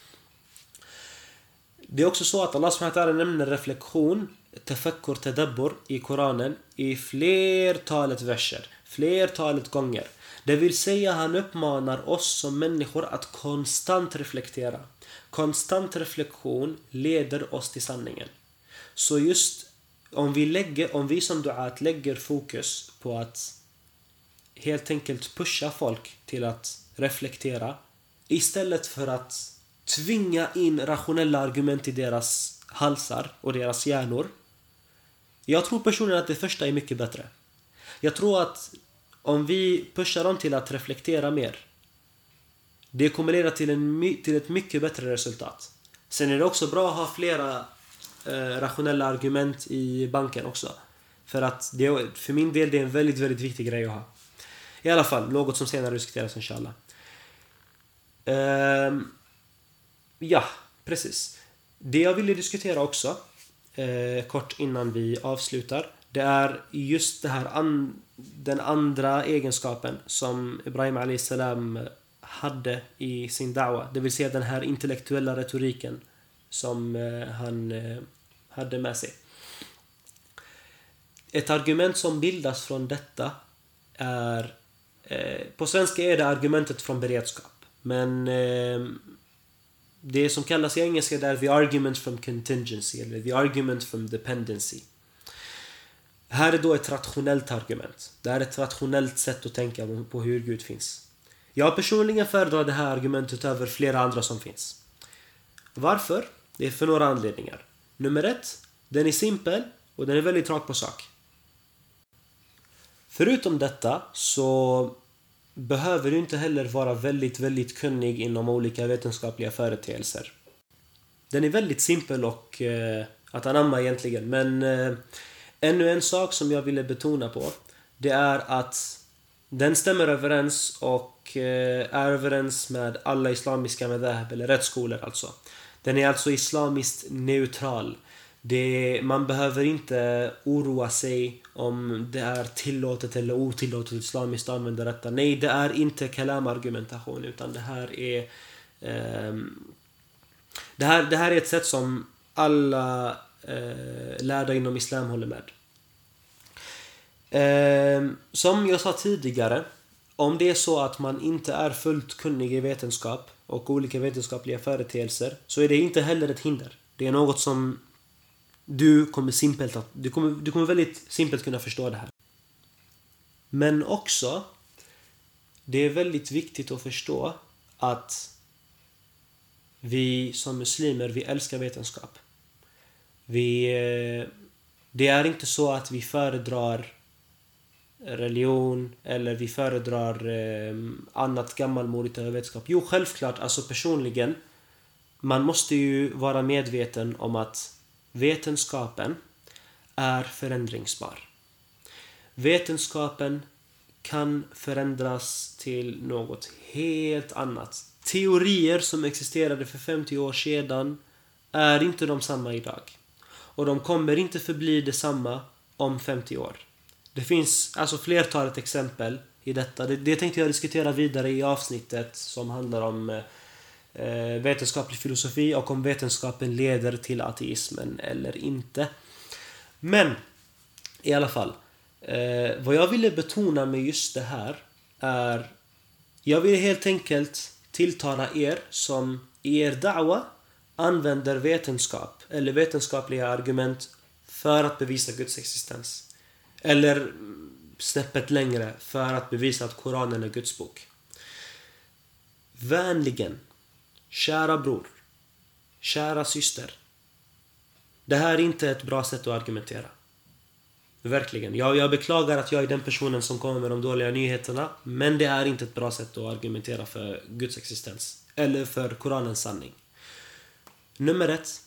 Speaker 1: Det är också så att Allah subhanahu wa ta'ala nämner reflektion, tafakkur, tadabbur i Koranen i flertalet verser, flertalet gånger. Det vill säga han uppmanar oss som människor att konstant reflektera. Konstant reflektion leder oss till sanningen. Så just om vi, lägger, om vi som duat lägger fokus på att helt enkelt pusha folk till att reflektera istället för att tvinga in rationella argument i deras halsar och deras hjärnor. Jag tror personligen att det första är mycket bättre. Jag tror att om vi pushar dem till att reflektera mer, det kommer leda till, en, till ett mycket bättre resultat. Sen är det också bra att ha flera eh, rationella argument i banken också. För att det, för min del det är en väldigt, väldigt viktig grej att ha. I alla fall, något som senare diskuteras inshallah. Ehm... Ja, precis. Det jag ville diskutera också eh, kort innan vi avslutar, det är just det här an, den andra egenskapen som Ibrahim alayhi salam hade i sin da'wa, det vill säga den här intellektuella retoriken som eh, han eh, hade med sig. ett argument som bildas från detta är... Eh, på svenska är det argumentet från beredskap. Men eh, det som kallas i engelska där the argument from contingency eller the argument from dependency. Här är då ett rationellt argument. Det är ett rationellt sätt att tänka på hur Gud finns. Jag personligen föredrar det här argumentet över flera andra som finns. Varför? Det är för några anledningar. Nummer ett, den är simpel och den är väldigt rakt på sak. Förutom detta så behöver du inte heller vara väldigt, väldigt kunnig inom olika vetenskapliga företeelser. Den är väldigt simpel och eh, att anamma egentligen. Men eh, ännu en sak som jag ville betona på, det är att den stämmer överens och eh, är överens med alla islamiska madhab eller rättsskolor alltså. Den är alltså islamiskt neutral. Det, man behöver inte oroa sig om det är tillåtet eller otillåtet islamiskt att använda detta. Nej, det är inte kalam-argumentation utan det här är eh, det, här, det här är ett sätt som alla eh, lärda inom islam håller med. Eh, som jag sa tidigare, om det är så att man inte är fullt kunnig i vetenskap och olika vetenskapliga företeelser så är det inte heller ett hinder. Det är något som du kommer simpelt att, du kommer, du kommer väldigt simpelt kunna förstå det här. Men också det är väldigt viktigt att förstå att vi som muslimer, vi älskar vetenskap. Vi, det är inte så att vi föredrar religion eller vi föredrar eh, annat gammalmodigt över vetenskap. Jo, självklart, alltså personligen man måste ju vara medveten om att vetenskapen är förändringsbar. Vetenskapen kan förändras till något helt annat. Teorier som existerade för femtio år sedan är inte de samma idag. Och de kommer inte förbli detsamma om femtio år. Det finns alltså flertalet exempel i detta. Det, det tänkte jag diskutera vidare i avsnittet som handlar om eh, vetenskaplig filosofi och om vetenskapen leder till ateismen eller inte. Men i alla fall, eh, vad jag ville betona med just det här är, jag vill helt enkelt tilltala er som i er da'wa använder vetenskap eller vetenskapliga argument för att bevisa Guds existens. Eller snäppet längre för att bevisa att Koranen är Guds bok. Vänligen, kära bror, kära syster. Det här är inte ett bra sätt att argumentera. Verkligen. Jag, jag beklagar att jag är den personen som kommer med de dåliga nyheterna. Men det är inte ett bra sätt att argumentera för Guds existens. Eller för Koranens sanning. Nummer ett.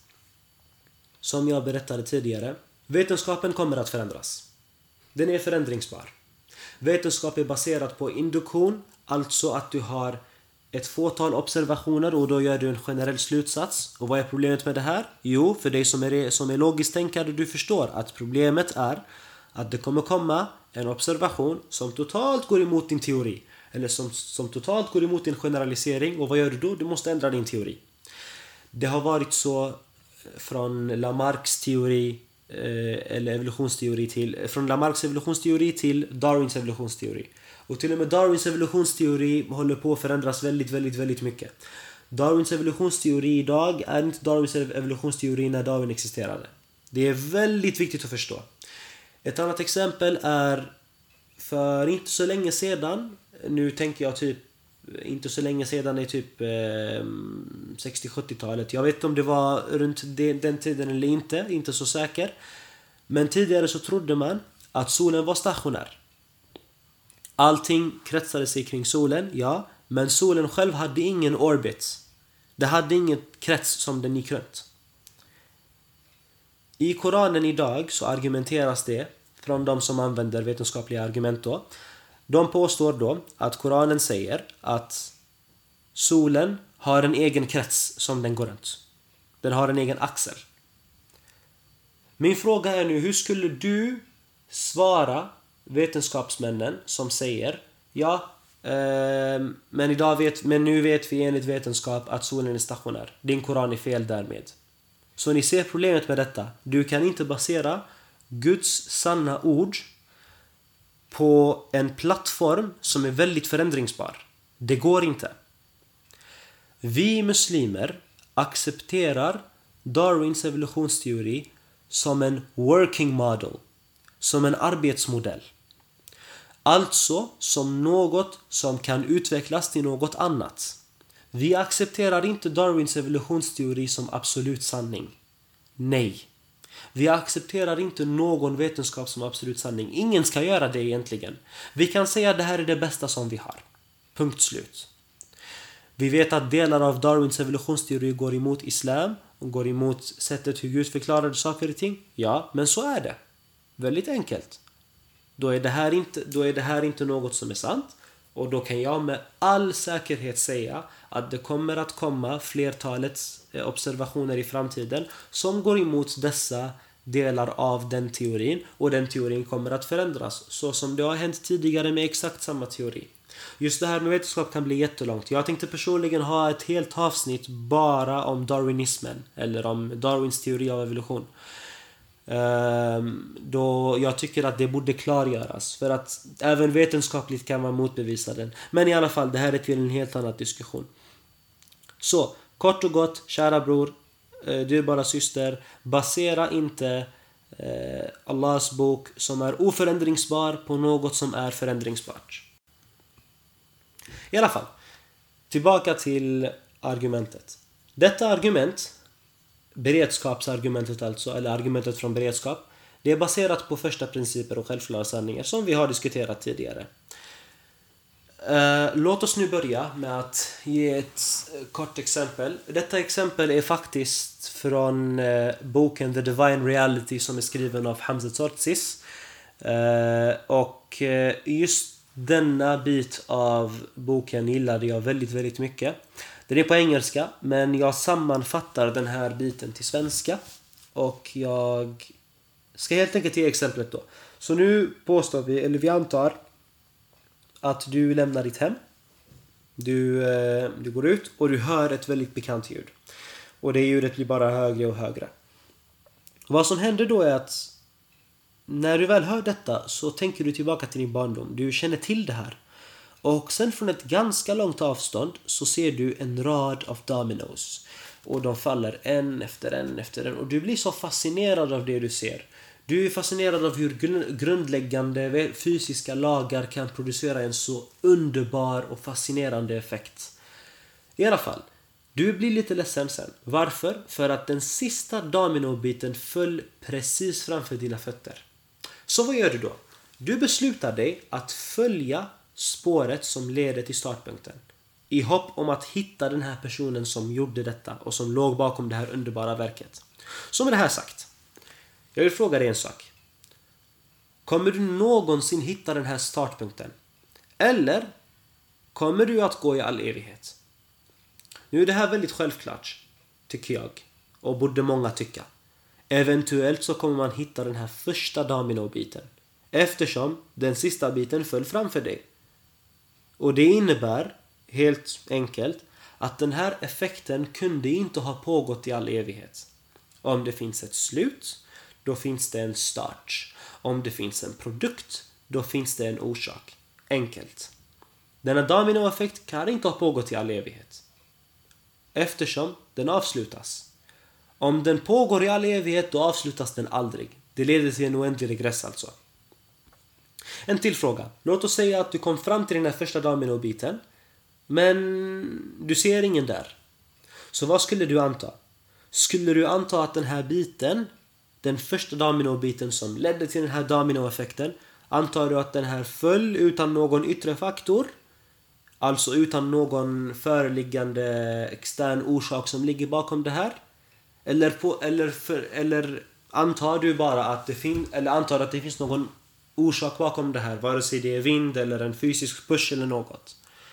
Speaker 1: Som jag berättade tidigare. Vetenskapen kommer att förändras. Den är förändringsbar. Vetenskap är baserad på induktion. Alltså att du har ett fåtal observationer och då gör du en generell slutsats. Och vad är problemet med det här? Jo, för dig som är, som är logiskt tänkande, du förstår att problemet är att det kommer komma en observation som totalt går emot din teori. Eller som, som totalt går emot din generalisering. Och vad gör du då? Du måste ändra din teori. Det har varit så från Lamarcks teori eller evolutionsteori till från Lamarcks evolutionsteori till Darwins evolutionsteori. Och till och med Darwins evolutionsteori håller på att förändras väldigt, väldigt, väldigt mycket. Darwins evolutionsteori idag är inte Darwins evolutionsteori när Darwin existerade. Det är väldigt viktigt att förstå. Ett annat exempel är för inte så länge sedan, nu tänker jag typ inte så länge sedan, i typ eh, sextio-sjuttiotalet. Jag vet inte om det var runt den, den tiden eller inte, inte så säker. Men tidigare så trodde man att solen var stationär. Allting kretsade sig kring solen, ja. Men solen själv hade ingen orbit. Det hade ingen krets som den gick runt. I Koranen idag så argumenteras det från de som använder vetenskapliga argument då. De påstår då att Koranen säger att solen har en egen krets som den går runt. Den har en egen axel. Min fråga är nu, hur skulle du svara vetenskapsmännen som säger ja, eh, men, idag vet, men nu vet vi enligt vetenskap att solen är stationär. Din Koran är fel därmed. Så ni ser problemet med detta. Du kan inte basera Guds sanna ord på en plattform som är väldigt förändringsbar. Det går inte. Vi muslimer accepterar Darwins evolutionsteori som en working model, som en arbetsmodell. Alltså som något som kan utvecklas till något annat. Vi accepterar inte Darwins evolutionsteori som absolut sanning. Nej. Vi accepterar inte någon vetenskap som absolut sanning. Ingen ska göra det egentligen. Vi kan säga att det här är det bästa som vi har. Punkt slut. Vi vet att delar av Darwins evolutionsteori går emot islam och går emot sättet hur Gud förklarade saker och ting. Ja, men så är det. Väldigt enkelt. Då är det här inte, då är det här inte något som är sant. Och då kan jag med all säkerhet säga att det kommer att komma flertalets observationer i framtiden som går emot dessa delar av den teorin. Och den teorin kommer att förändras så som det har hänt tidigare med exakt samma teori. Just det här med vetenskap kan bli jättelångt. Jag tänkte personligen ha ett helt avsnitt bara om darwinismen eller om Darwins teori av evolution. Um, då jag tycker att det borde klargöras, för att även vetenskapligt kan man motbevisa den. Men i alla fall, det här är till en helt annan diskussion. Så, kort och gott, kära bror, dyrbara syster, basera inte eh, Allahs bok som är oförändringsbar på något som är förändringsbart. I alla fall, tillbaka till argumentet. Detta argument, beredskapsargumentet alltså, eller argumentet från beredskap, det är baserat på första principer och självklara sanningar som vi har diskuterat tidigare. Uh, låt oss nu börja med att ge ett uh, kort exempel. Detta exempel är faktiskt från uh, boken The Divine Reality som är skriven av Hamza Tzortzis. Uh, och uh, just denna bit av boken gillade jag väldigt, väldigt mycket. Den är på engelska, men jag sammanfattar den här biten till svenska. Och jag ska helt enkelt ge exemplet då. Så nu påstår vi, eller vi antar att du lämnar ditt hem. Du, eh, du går ut och du hör ett väldigt bekant ljud. Och det ljudet blir bara högre och högre. Vad som händer då är att när du väl hör detta så tänker du tillbaka till din barndom. Du känner till det här. Och sen från ett ganska långt avstånd så ser du en rad av dominos. Och de faller en efter en efter en. Och du blir så fascinerad av det du ser. Du är fascinerad av hur grundläggande fysiska lagar kan producera en så underbar och fascinerande effekt. I alla fall, du blir lite ledsen sen. Varför? För att den sista dominobiten föll precis framför dina fötter. Så vad gör du då? Du beslutar dig att följa spåret som leder till startpunkten. I hopp om att hitta den här personen som gjorde detta och som låg bakom det här underbara verket. Så med det här sagt, jag vill fråga dig en sak. Kommer du någonsin hitta den här startpunkten? Eller kommer du att gå i all evighet? Nu är det här väldigt självklart, tycker jag. Och borde många tycka. Eventuellt så kommer man hitta den här första dominobiten. Eftersom den sista biten föll framför dig. Och det innebär, helt enkelt, att den här effekten kunde inte ha pågått i all evighet. Om det finns ett slut, då finns det en start. Om det finns en produkt, då finns det en orsak. Enkelt. Denna dominoeffekt kan inte ha pågått i all evighet. Eftersom den avslutas. Om den pågår i all evighet, då avslutas den aldrig. Det leder till en oändlig regress alltså. En till fråga. Låt oss säga att du kom fram till den här första dominobiten. Men du ser ingen där. Så vad skulle du anta? Skulle du anta att den här biten, den första dominobiten som ledde till den här dominoeffekten, antar du att den här föll utan någon yttre faktor? Alltså utan någon föreliggande extern orsak som ligger bakom det här? Eller, på, eller, för, eller antar du bara att det finns, eller antar att det finns någon orsak bakom det här, vare sig det är vind eller en fysisk push eller något?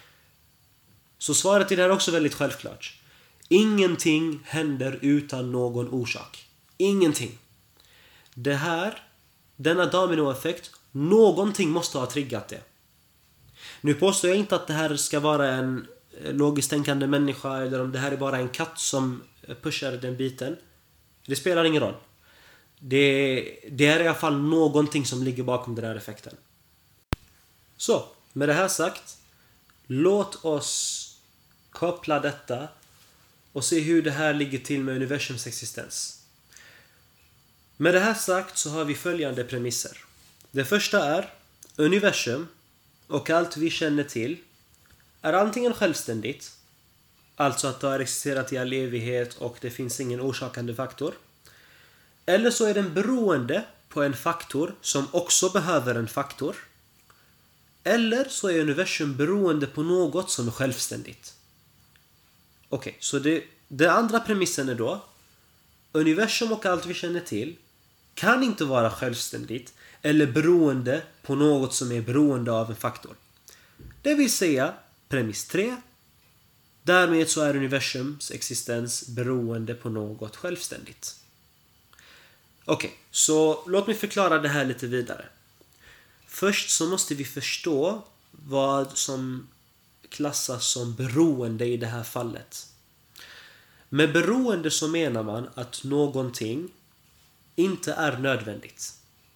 Speaker 1: Så svaret till det här är också väldigt självklart. Ingenting händer utan någon orsak. Ingenting. Det här, denna dominoeffekt, någonting måste ha triggat det. Nu påstår jag inte att det här ska vara en logiskt tänkande människa eller om det här är bara en katt som pushar den biten. Det spelar ingen roll. det, det är i alla fall någonting som ligger bakom den här effekten. Så, med det här sagt, låt oss koppla detta och se hur det här ligger till med universums existens. Med det här sagt så har vi följande premisser. Det första är: universum och allt vi känner till är antingen självständigt, alltså att det har existerat i all evighet och det finns ingen orsakande faktor, eller så är den beroende på en faktor som också behöver en faktor, eller så är universum beroende på något som är självständigt. Okej, okay, så det, det andra premissen är då: universum och allt vi känner till kan inte vara självständigt eller beroende på något som är beroende av en faktor. Det vill säga premiss tre. Därmed så är universums existens beroende på något självständigt. Okej, okay, så låt mig förklara det här lite vidare. Först så måste vi förstå vad som klassas som beroende i det här fallet. Med beroende så menar man att någonting inte är nödvändigt.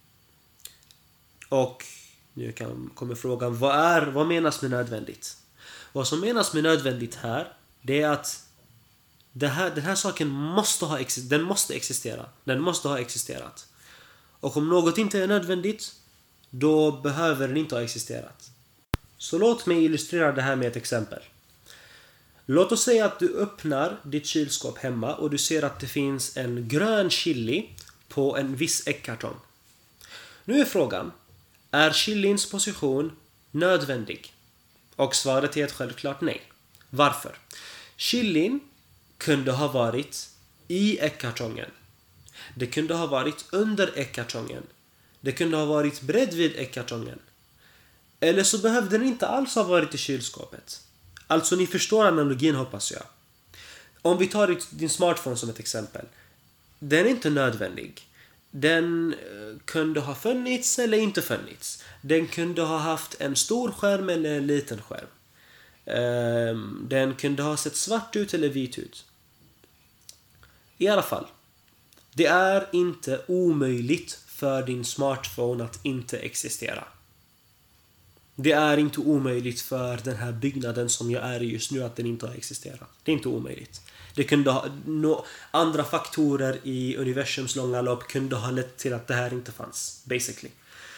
Speaker 1: Och nu kan, kommer frågan, vad, är, vad menas med nödvändigt? Vad som menas med nödvändigt här, det är att det här, den här saken måste ha, den måste existera. Den måste ha existerat. Och om något inte är nödvändigt, då behöver den inte ha existerat. Så låt mig illustrera det här med ett exempel. Låt oss säga att du öppnar ditt kylskåp hemma och du ser att det finns en grön chili på en viss äggkartong. Nu är frågan: är chilins position nödvändig? Och svaret är ett självklart nej. Varför? Chilin kunde ha varit i äggkartongen. Det kunde ha varit under äggkartongen. Det kunde ha varit bredvid äggkartongen. Eller så behövde den inte alls ha varit i kylskåpet. Alltså ni förstår analogin, hoppas jag. Om vi tar din smartphone som ett exempel. Den är inte nödvändig. Den kunde ha funnits eller inte funnits. Den kunde ha haft en stor skärm eller en liten skärm. Den kunde ha sett svart ut eller vit ut. I alla fall. Det är inte omöjligt för din smartphone att inte existera. Det är inte omöjligt för den här byggnaden som jag är i just nu att den inte har existerat. Det är inte omöjligt. Det kunde ha, no, andra faktorer i universums långa lopp kunde ha lett till att det här inte fanns. Basically.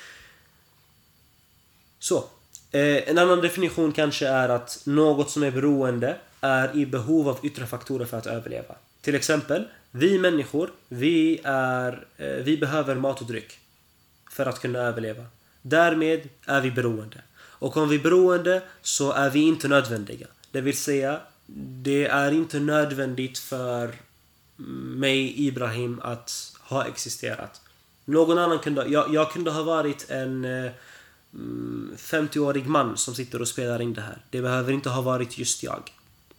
Speaker 1: Så. Eh, en annan definition kanske är att något som är beroende är i behov av yttre faktorer för att överleva. Till exempel, vi människor, vi, är, eh, vi behöver mat och dryck för att kunna överleva. Därmed är vi beroende. Och om vi är beroende så är vi inte nödvändiga. Det vill säga, det är inte nödvändigt för mig, Ibrahim, att ha existerat. Någon annan kunde, jag, jag kunde ha varit en eh, femtio-årig man som sitter och spelar in det här. Det behöver inte ha varit just jag.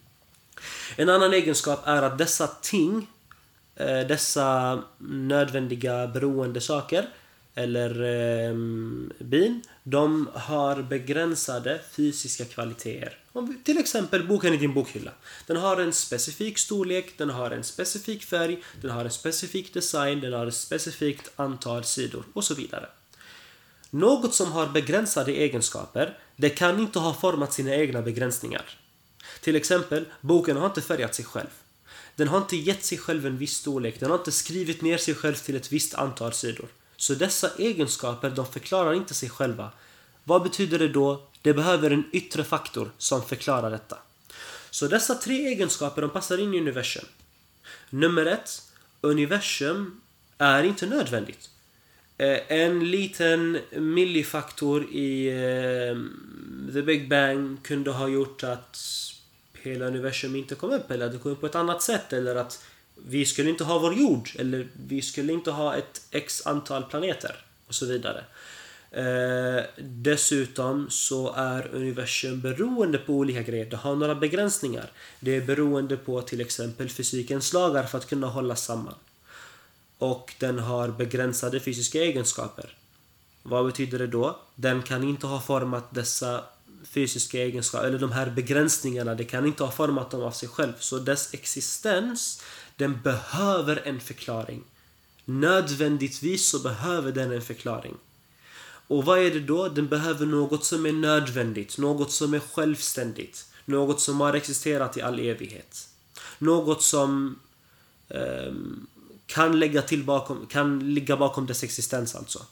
Speaker 1: En annan egenskap är att dessa ting, eh, dessa nödvändiga beroende saker, eller eh, bin, de har begränsade fysiska kvaliteter. Om, till exempel boken i din bokhylla. Den har en specifik storlek, den har en specifik färg, den har en specifik design, den har ett specifikt antal sidor och så vidare. Något som har begränsade egenskaper, det kan inte ha format sina egna begränsningar. Till exempel, boken har inte färgat sig själv. Den har inte gett sig själv en viss storlek, den har inte skrivit ner sig själv till ett visst antal sidor. Så dessa egenskaper, de förklarar inte sig själva. Vad betyder det då? Det behöver en yttre faktor som förklarar detta. Så dessa tre egenskaper, de passar in i universum. Nummer ett, universum är inte nödvändigt. En liten millifaktor i The Big Bang kunde ha gjort att hela universum inte kom upp, eller att det kom upp på ett annat sätt, eller att vi skulle inte ha vår jord, eller vi skulle inte ha ett x antal planeter och så vidare. Eh, dessutom så är universum beroende på olika grejer. Det har några begränsningar. Det är beroende på till exempel fysikens lagar för att kunna hålla samman. Och den har begränsade fysiska egenskaper. Vad betyder det då? Den kan inte ha format dessa fysiska egenskaper, eller de här begränsningarna, det kan inte ha format dem av sig själv. Så dess existens, den behöver en förklaring. Nödvändigtvis så behöver den en förklaring. Och vad är det då? Den behöver något som är nödvändigt, något som är självständigt, något som har existerat i all evighet. Något som eh, kan, lägga till bakom, kan ligga bakom dess existens alltså.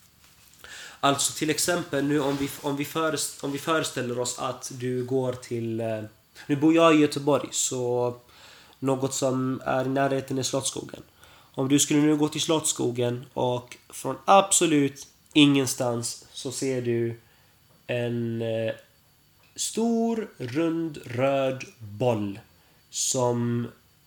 Speaker 1: Alltså till exempel nu om vi, om vi, föreställer, om vi föreställer oss att du går till... Eh, nu bor jag i Göteborg, så något som är i närheten är Slottsskogen. Om du skulle nu gå till Slottsskogen och från absolut ingenstans så ser du en eh, stor, rund, röd boll som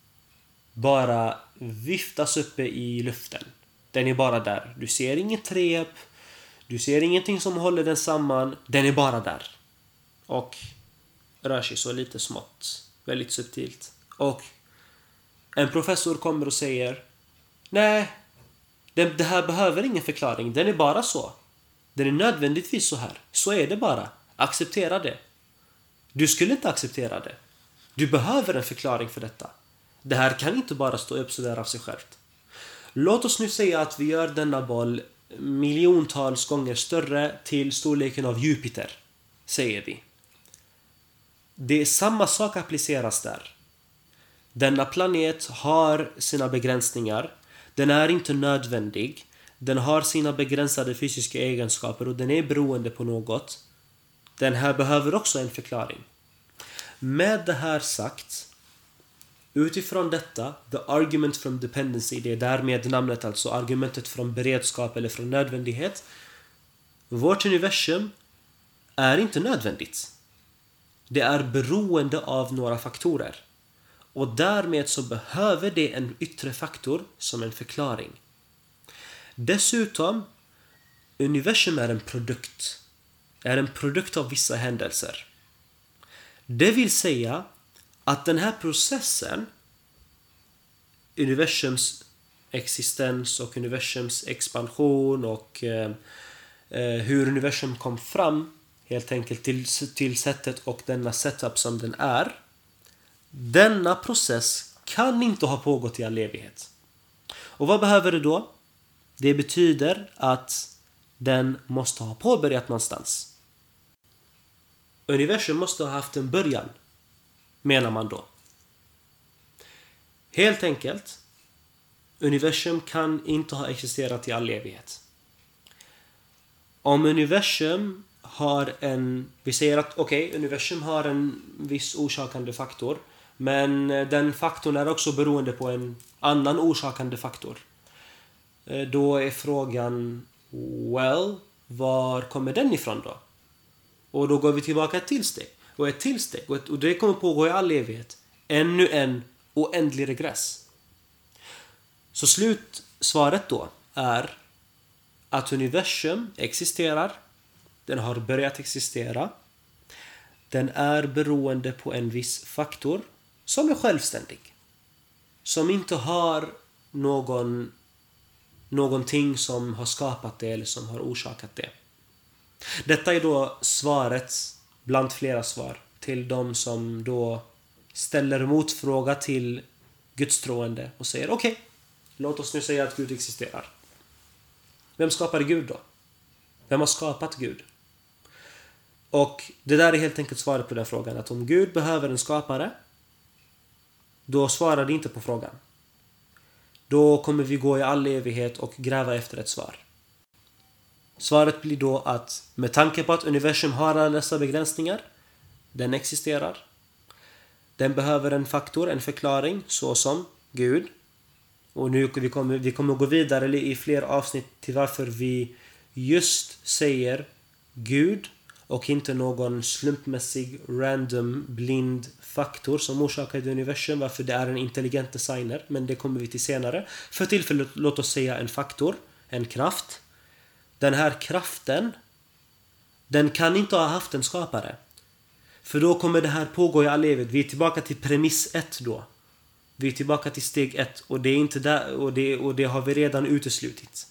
Speaker 1: bara viftas uppe i luften. Den är bara där. Du ser inget trep. Du ser ingenting som håller den samman. Den är bara där. Och rör sig så lite smått. Väldigt subtilt. Och en professor kommer och säger: nej, det, det här behöver ingen förklaring. Den är bara så. Den är nödvändigtvis så här. Så är det bara. Acceptera det. Du skulle inte acceptera det. Du behöver en förklaring för detta. Det här kan inte bara stå upp så där av sig självt. Låt oss nu säga att vi gör denna boll miljontals gånger större till storleken av Jupiter, säger vi. Det är samma sak appliceras där. Denna planet har sina begränsningar. Den är inte nödvändig. Den har sina begränsade fysiska egenskaper och den är beroende på något. Den här behöver också en förklaring. Med det här sagt, utifrån detta, the argument from dependency, det är därmed namnet, alltså argumentet från beredskap eller från nödvändighet. Vårt universum är inte nödvändigt. Det är beroende av några faktorer. Och därmed så behöver det en yttre faktor som en förklaring. Dessutom, universum är en produkt. Är en produkt av vissa händelser. Det vill säga att den här processen, universums existens och universums expansion och eh, hur universum kom fram helt enkelt till, till sättet och denna setup som den är. Denna process kan inte ha pågått i all evighet. Och vad behöver det då? Det betyder att den måste ha påbörjat någonstans. Universum måste ha haft en början, menar man då. Helt enkelt, universum kan inte ha existerat i all evighet. Om universum har en... Vi säger att okej, okay, universum har en viss orsakande faktor. Men den faktorn är också beroende på en annan orsakande faktor. Då är frågan, well, var kommer den ifrån då? Och då går vi tillbaka ett till steg. Och ett till steg. Och, ett, och det kommer pågå i all evighet. Ännu en oändlig regress. Så slutsvaret då är att universum existerar. Den har börjat existera. Den är beroende på en viss faktor som är självständig. Som inte har någon, någonting som har skapat det eller som har orsakat det. Detta är då svaret bland flera svar till de som då ställer motfråga till gudstroende och säger okej, okay, låt oss nu säga att Gud existerar. Vem skapade Gud då? Vem har skapat Gud? Och det där är helt enkelt svaret på den frågan. Att om Gud behöver en skapare, då svarar det inte på frågan. Då kommer vi gå i all evighet och gräva efter ett svar. Svaret blir då att med tanke på att universum har alla dessa begränsningar, den existerar. Den behöver en faktor, en förklaring, såsom Gud. Och nu vi kommer vi kommer gå vidare i fler avsnitt till varför vi just säger Gud och inte någon slumpmässig, random, blind faktor som orsakar universum, varför det är en intelligent designer, men det kommer vi till senare. För tillfället, låt oss säga en faktor, en kraft. Den här kraften, den kan inte ha haft en skapare. För då kommer det här pågå i all evighet. Vi är tillbaka till premiss ett då. Vi är tillbaka till steg ett. Och det är inte där, och det, och det har vi redan uteslutit.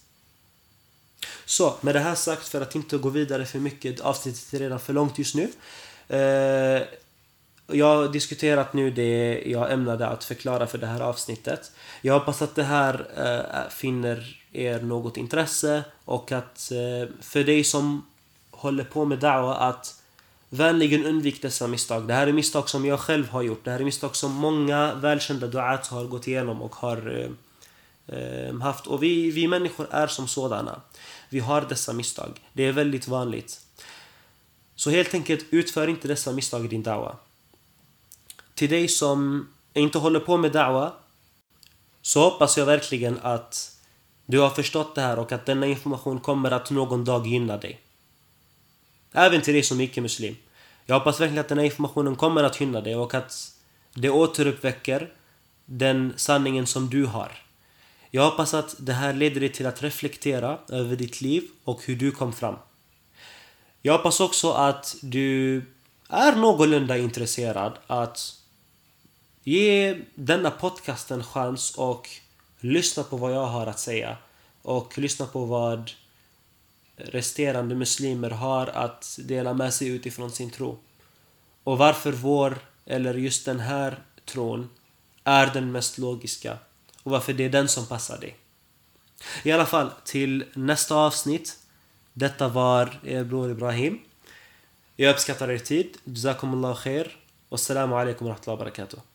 Speaker 1: Så, med det här sagt, för att inte gå vidare för mycket, avsnittet är redan för långt just nu. Eh, jag har diskuterat nu det jag ämnade att förklara för det här avsnittet. Jag hoppas att det här äh, finner er något intresse och att äh, för dig som håller på med da'wa att vänligen undvik dessa misstag. Det här är misstag som jag själv har gjort. Det här är misstag som många välkända du'at har gått igenom och har äh, haft. Och vi, vi människor är som sådana. Vi har dessa misstag. Det är väldigt vanligt. Så helt enkelt utför inte dessa misstag i din da'wa. Till dig som inte håller på med da'wa så hoppas jag verkligen att du har förstått det här och att denna information kommer att någon dag gynna dig. Även till dig som icke-muslim. Jag hoppas verkligen att denna informationen kommer att gynna dig och att det återuppväcker den sanningen som du har. Jag hoppas att det här leder dig till att reflektera över ditt liv och hur du kom fram. Jag hoppas också att du är någorlunda intresserad att ge denna podcast en chans och lyssna på vad jag har att säga. Och lyssna på vad resterande muslimer har att dela med sig utifrån sin tro. Och varför vår, eller just den här tron, är den mest logiska. Och varför det är den som passar dig. I alla fall, till nästa avsnitt. Detta var er bror Ibrahim. Jag uppskattar er tid. Jazakumullahu khair. Wassalamu alaikum wa rahmatullahi wa barakatuh.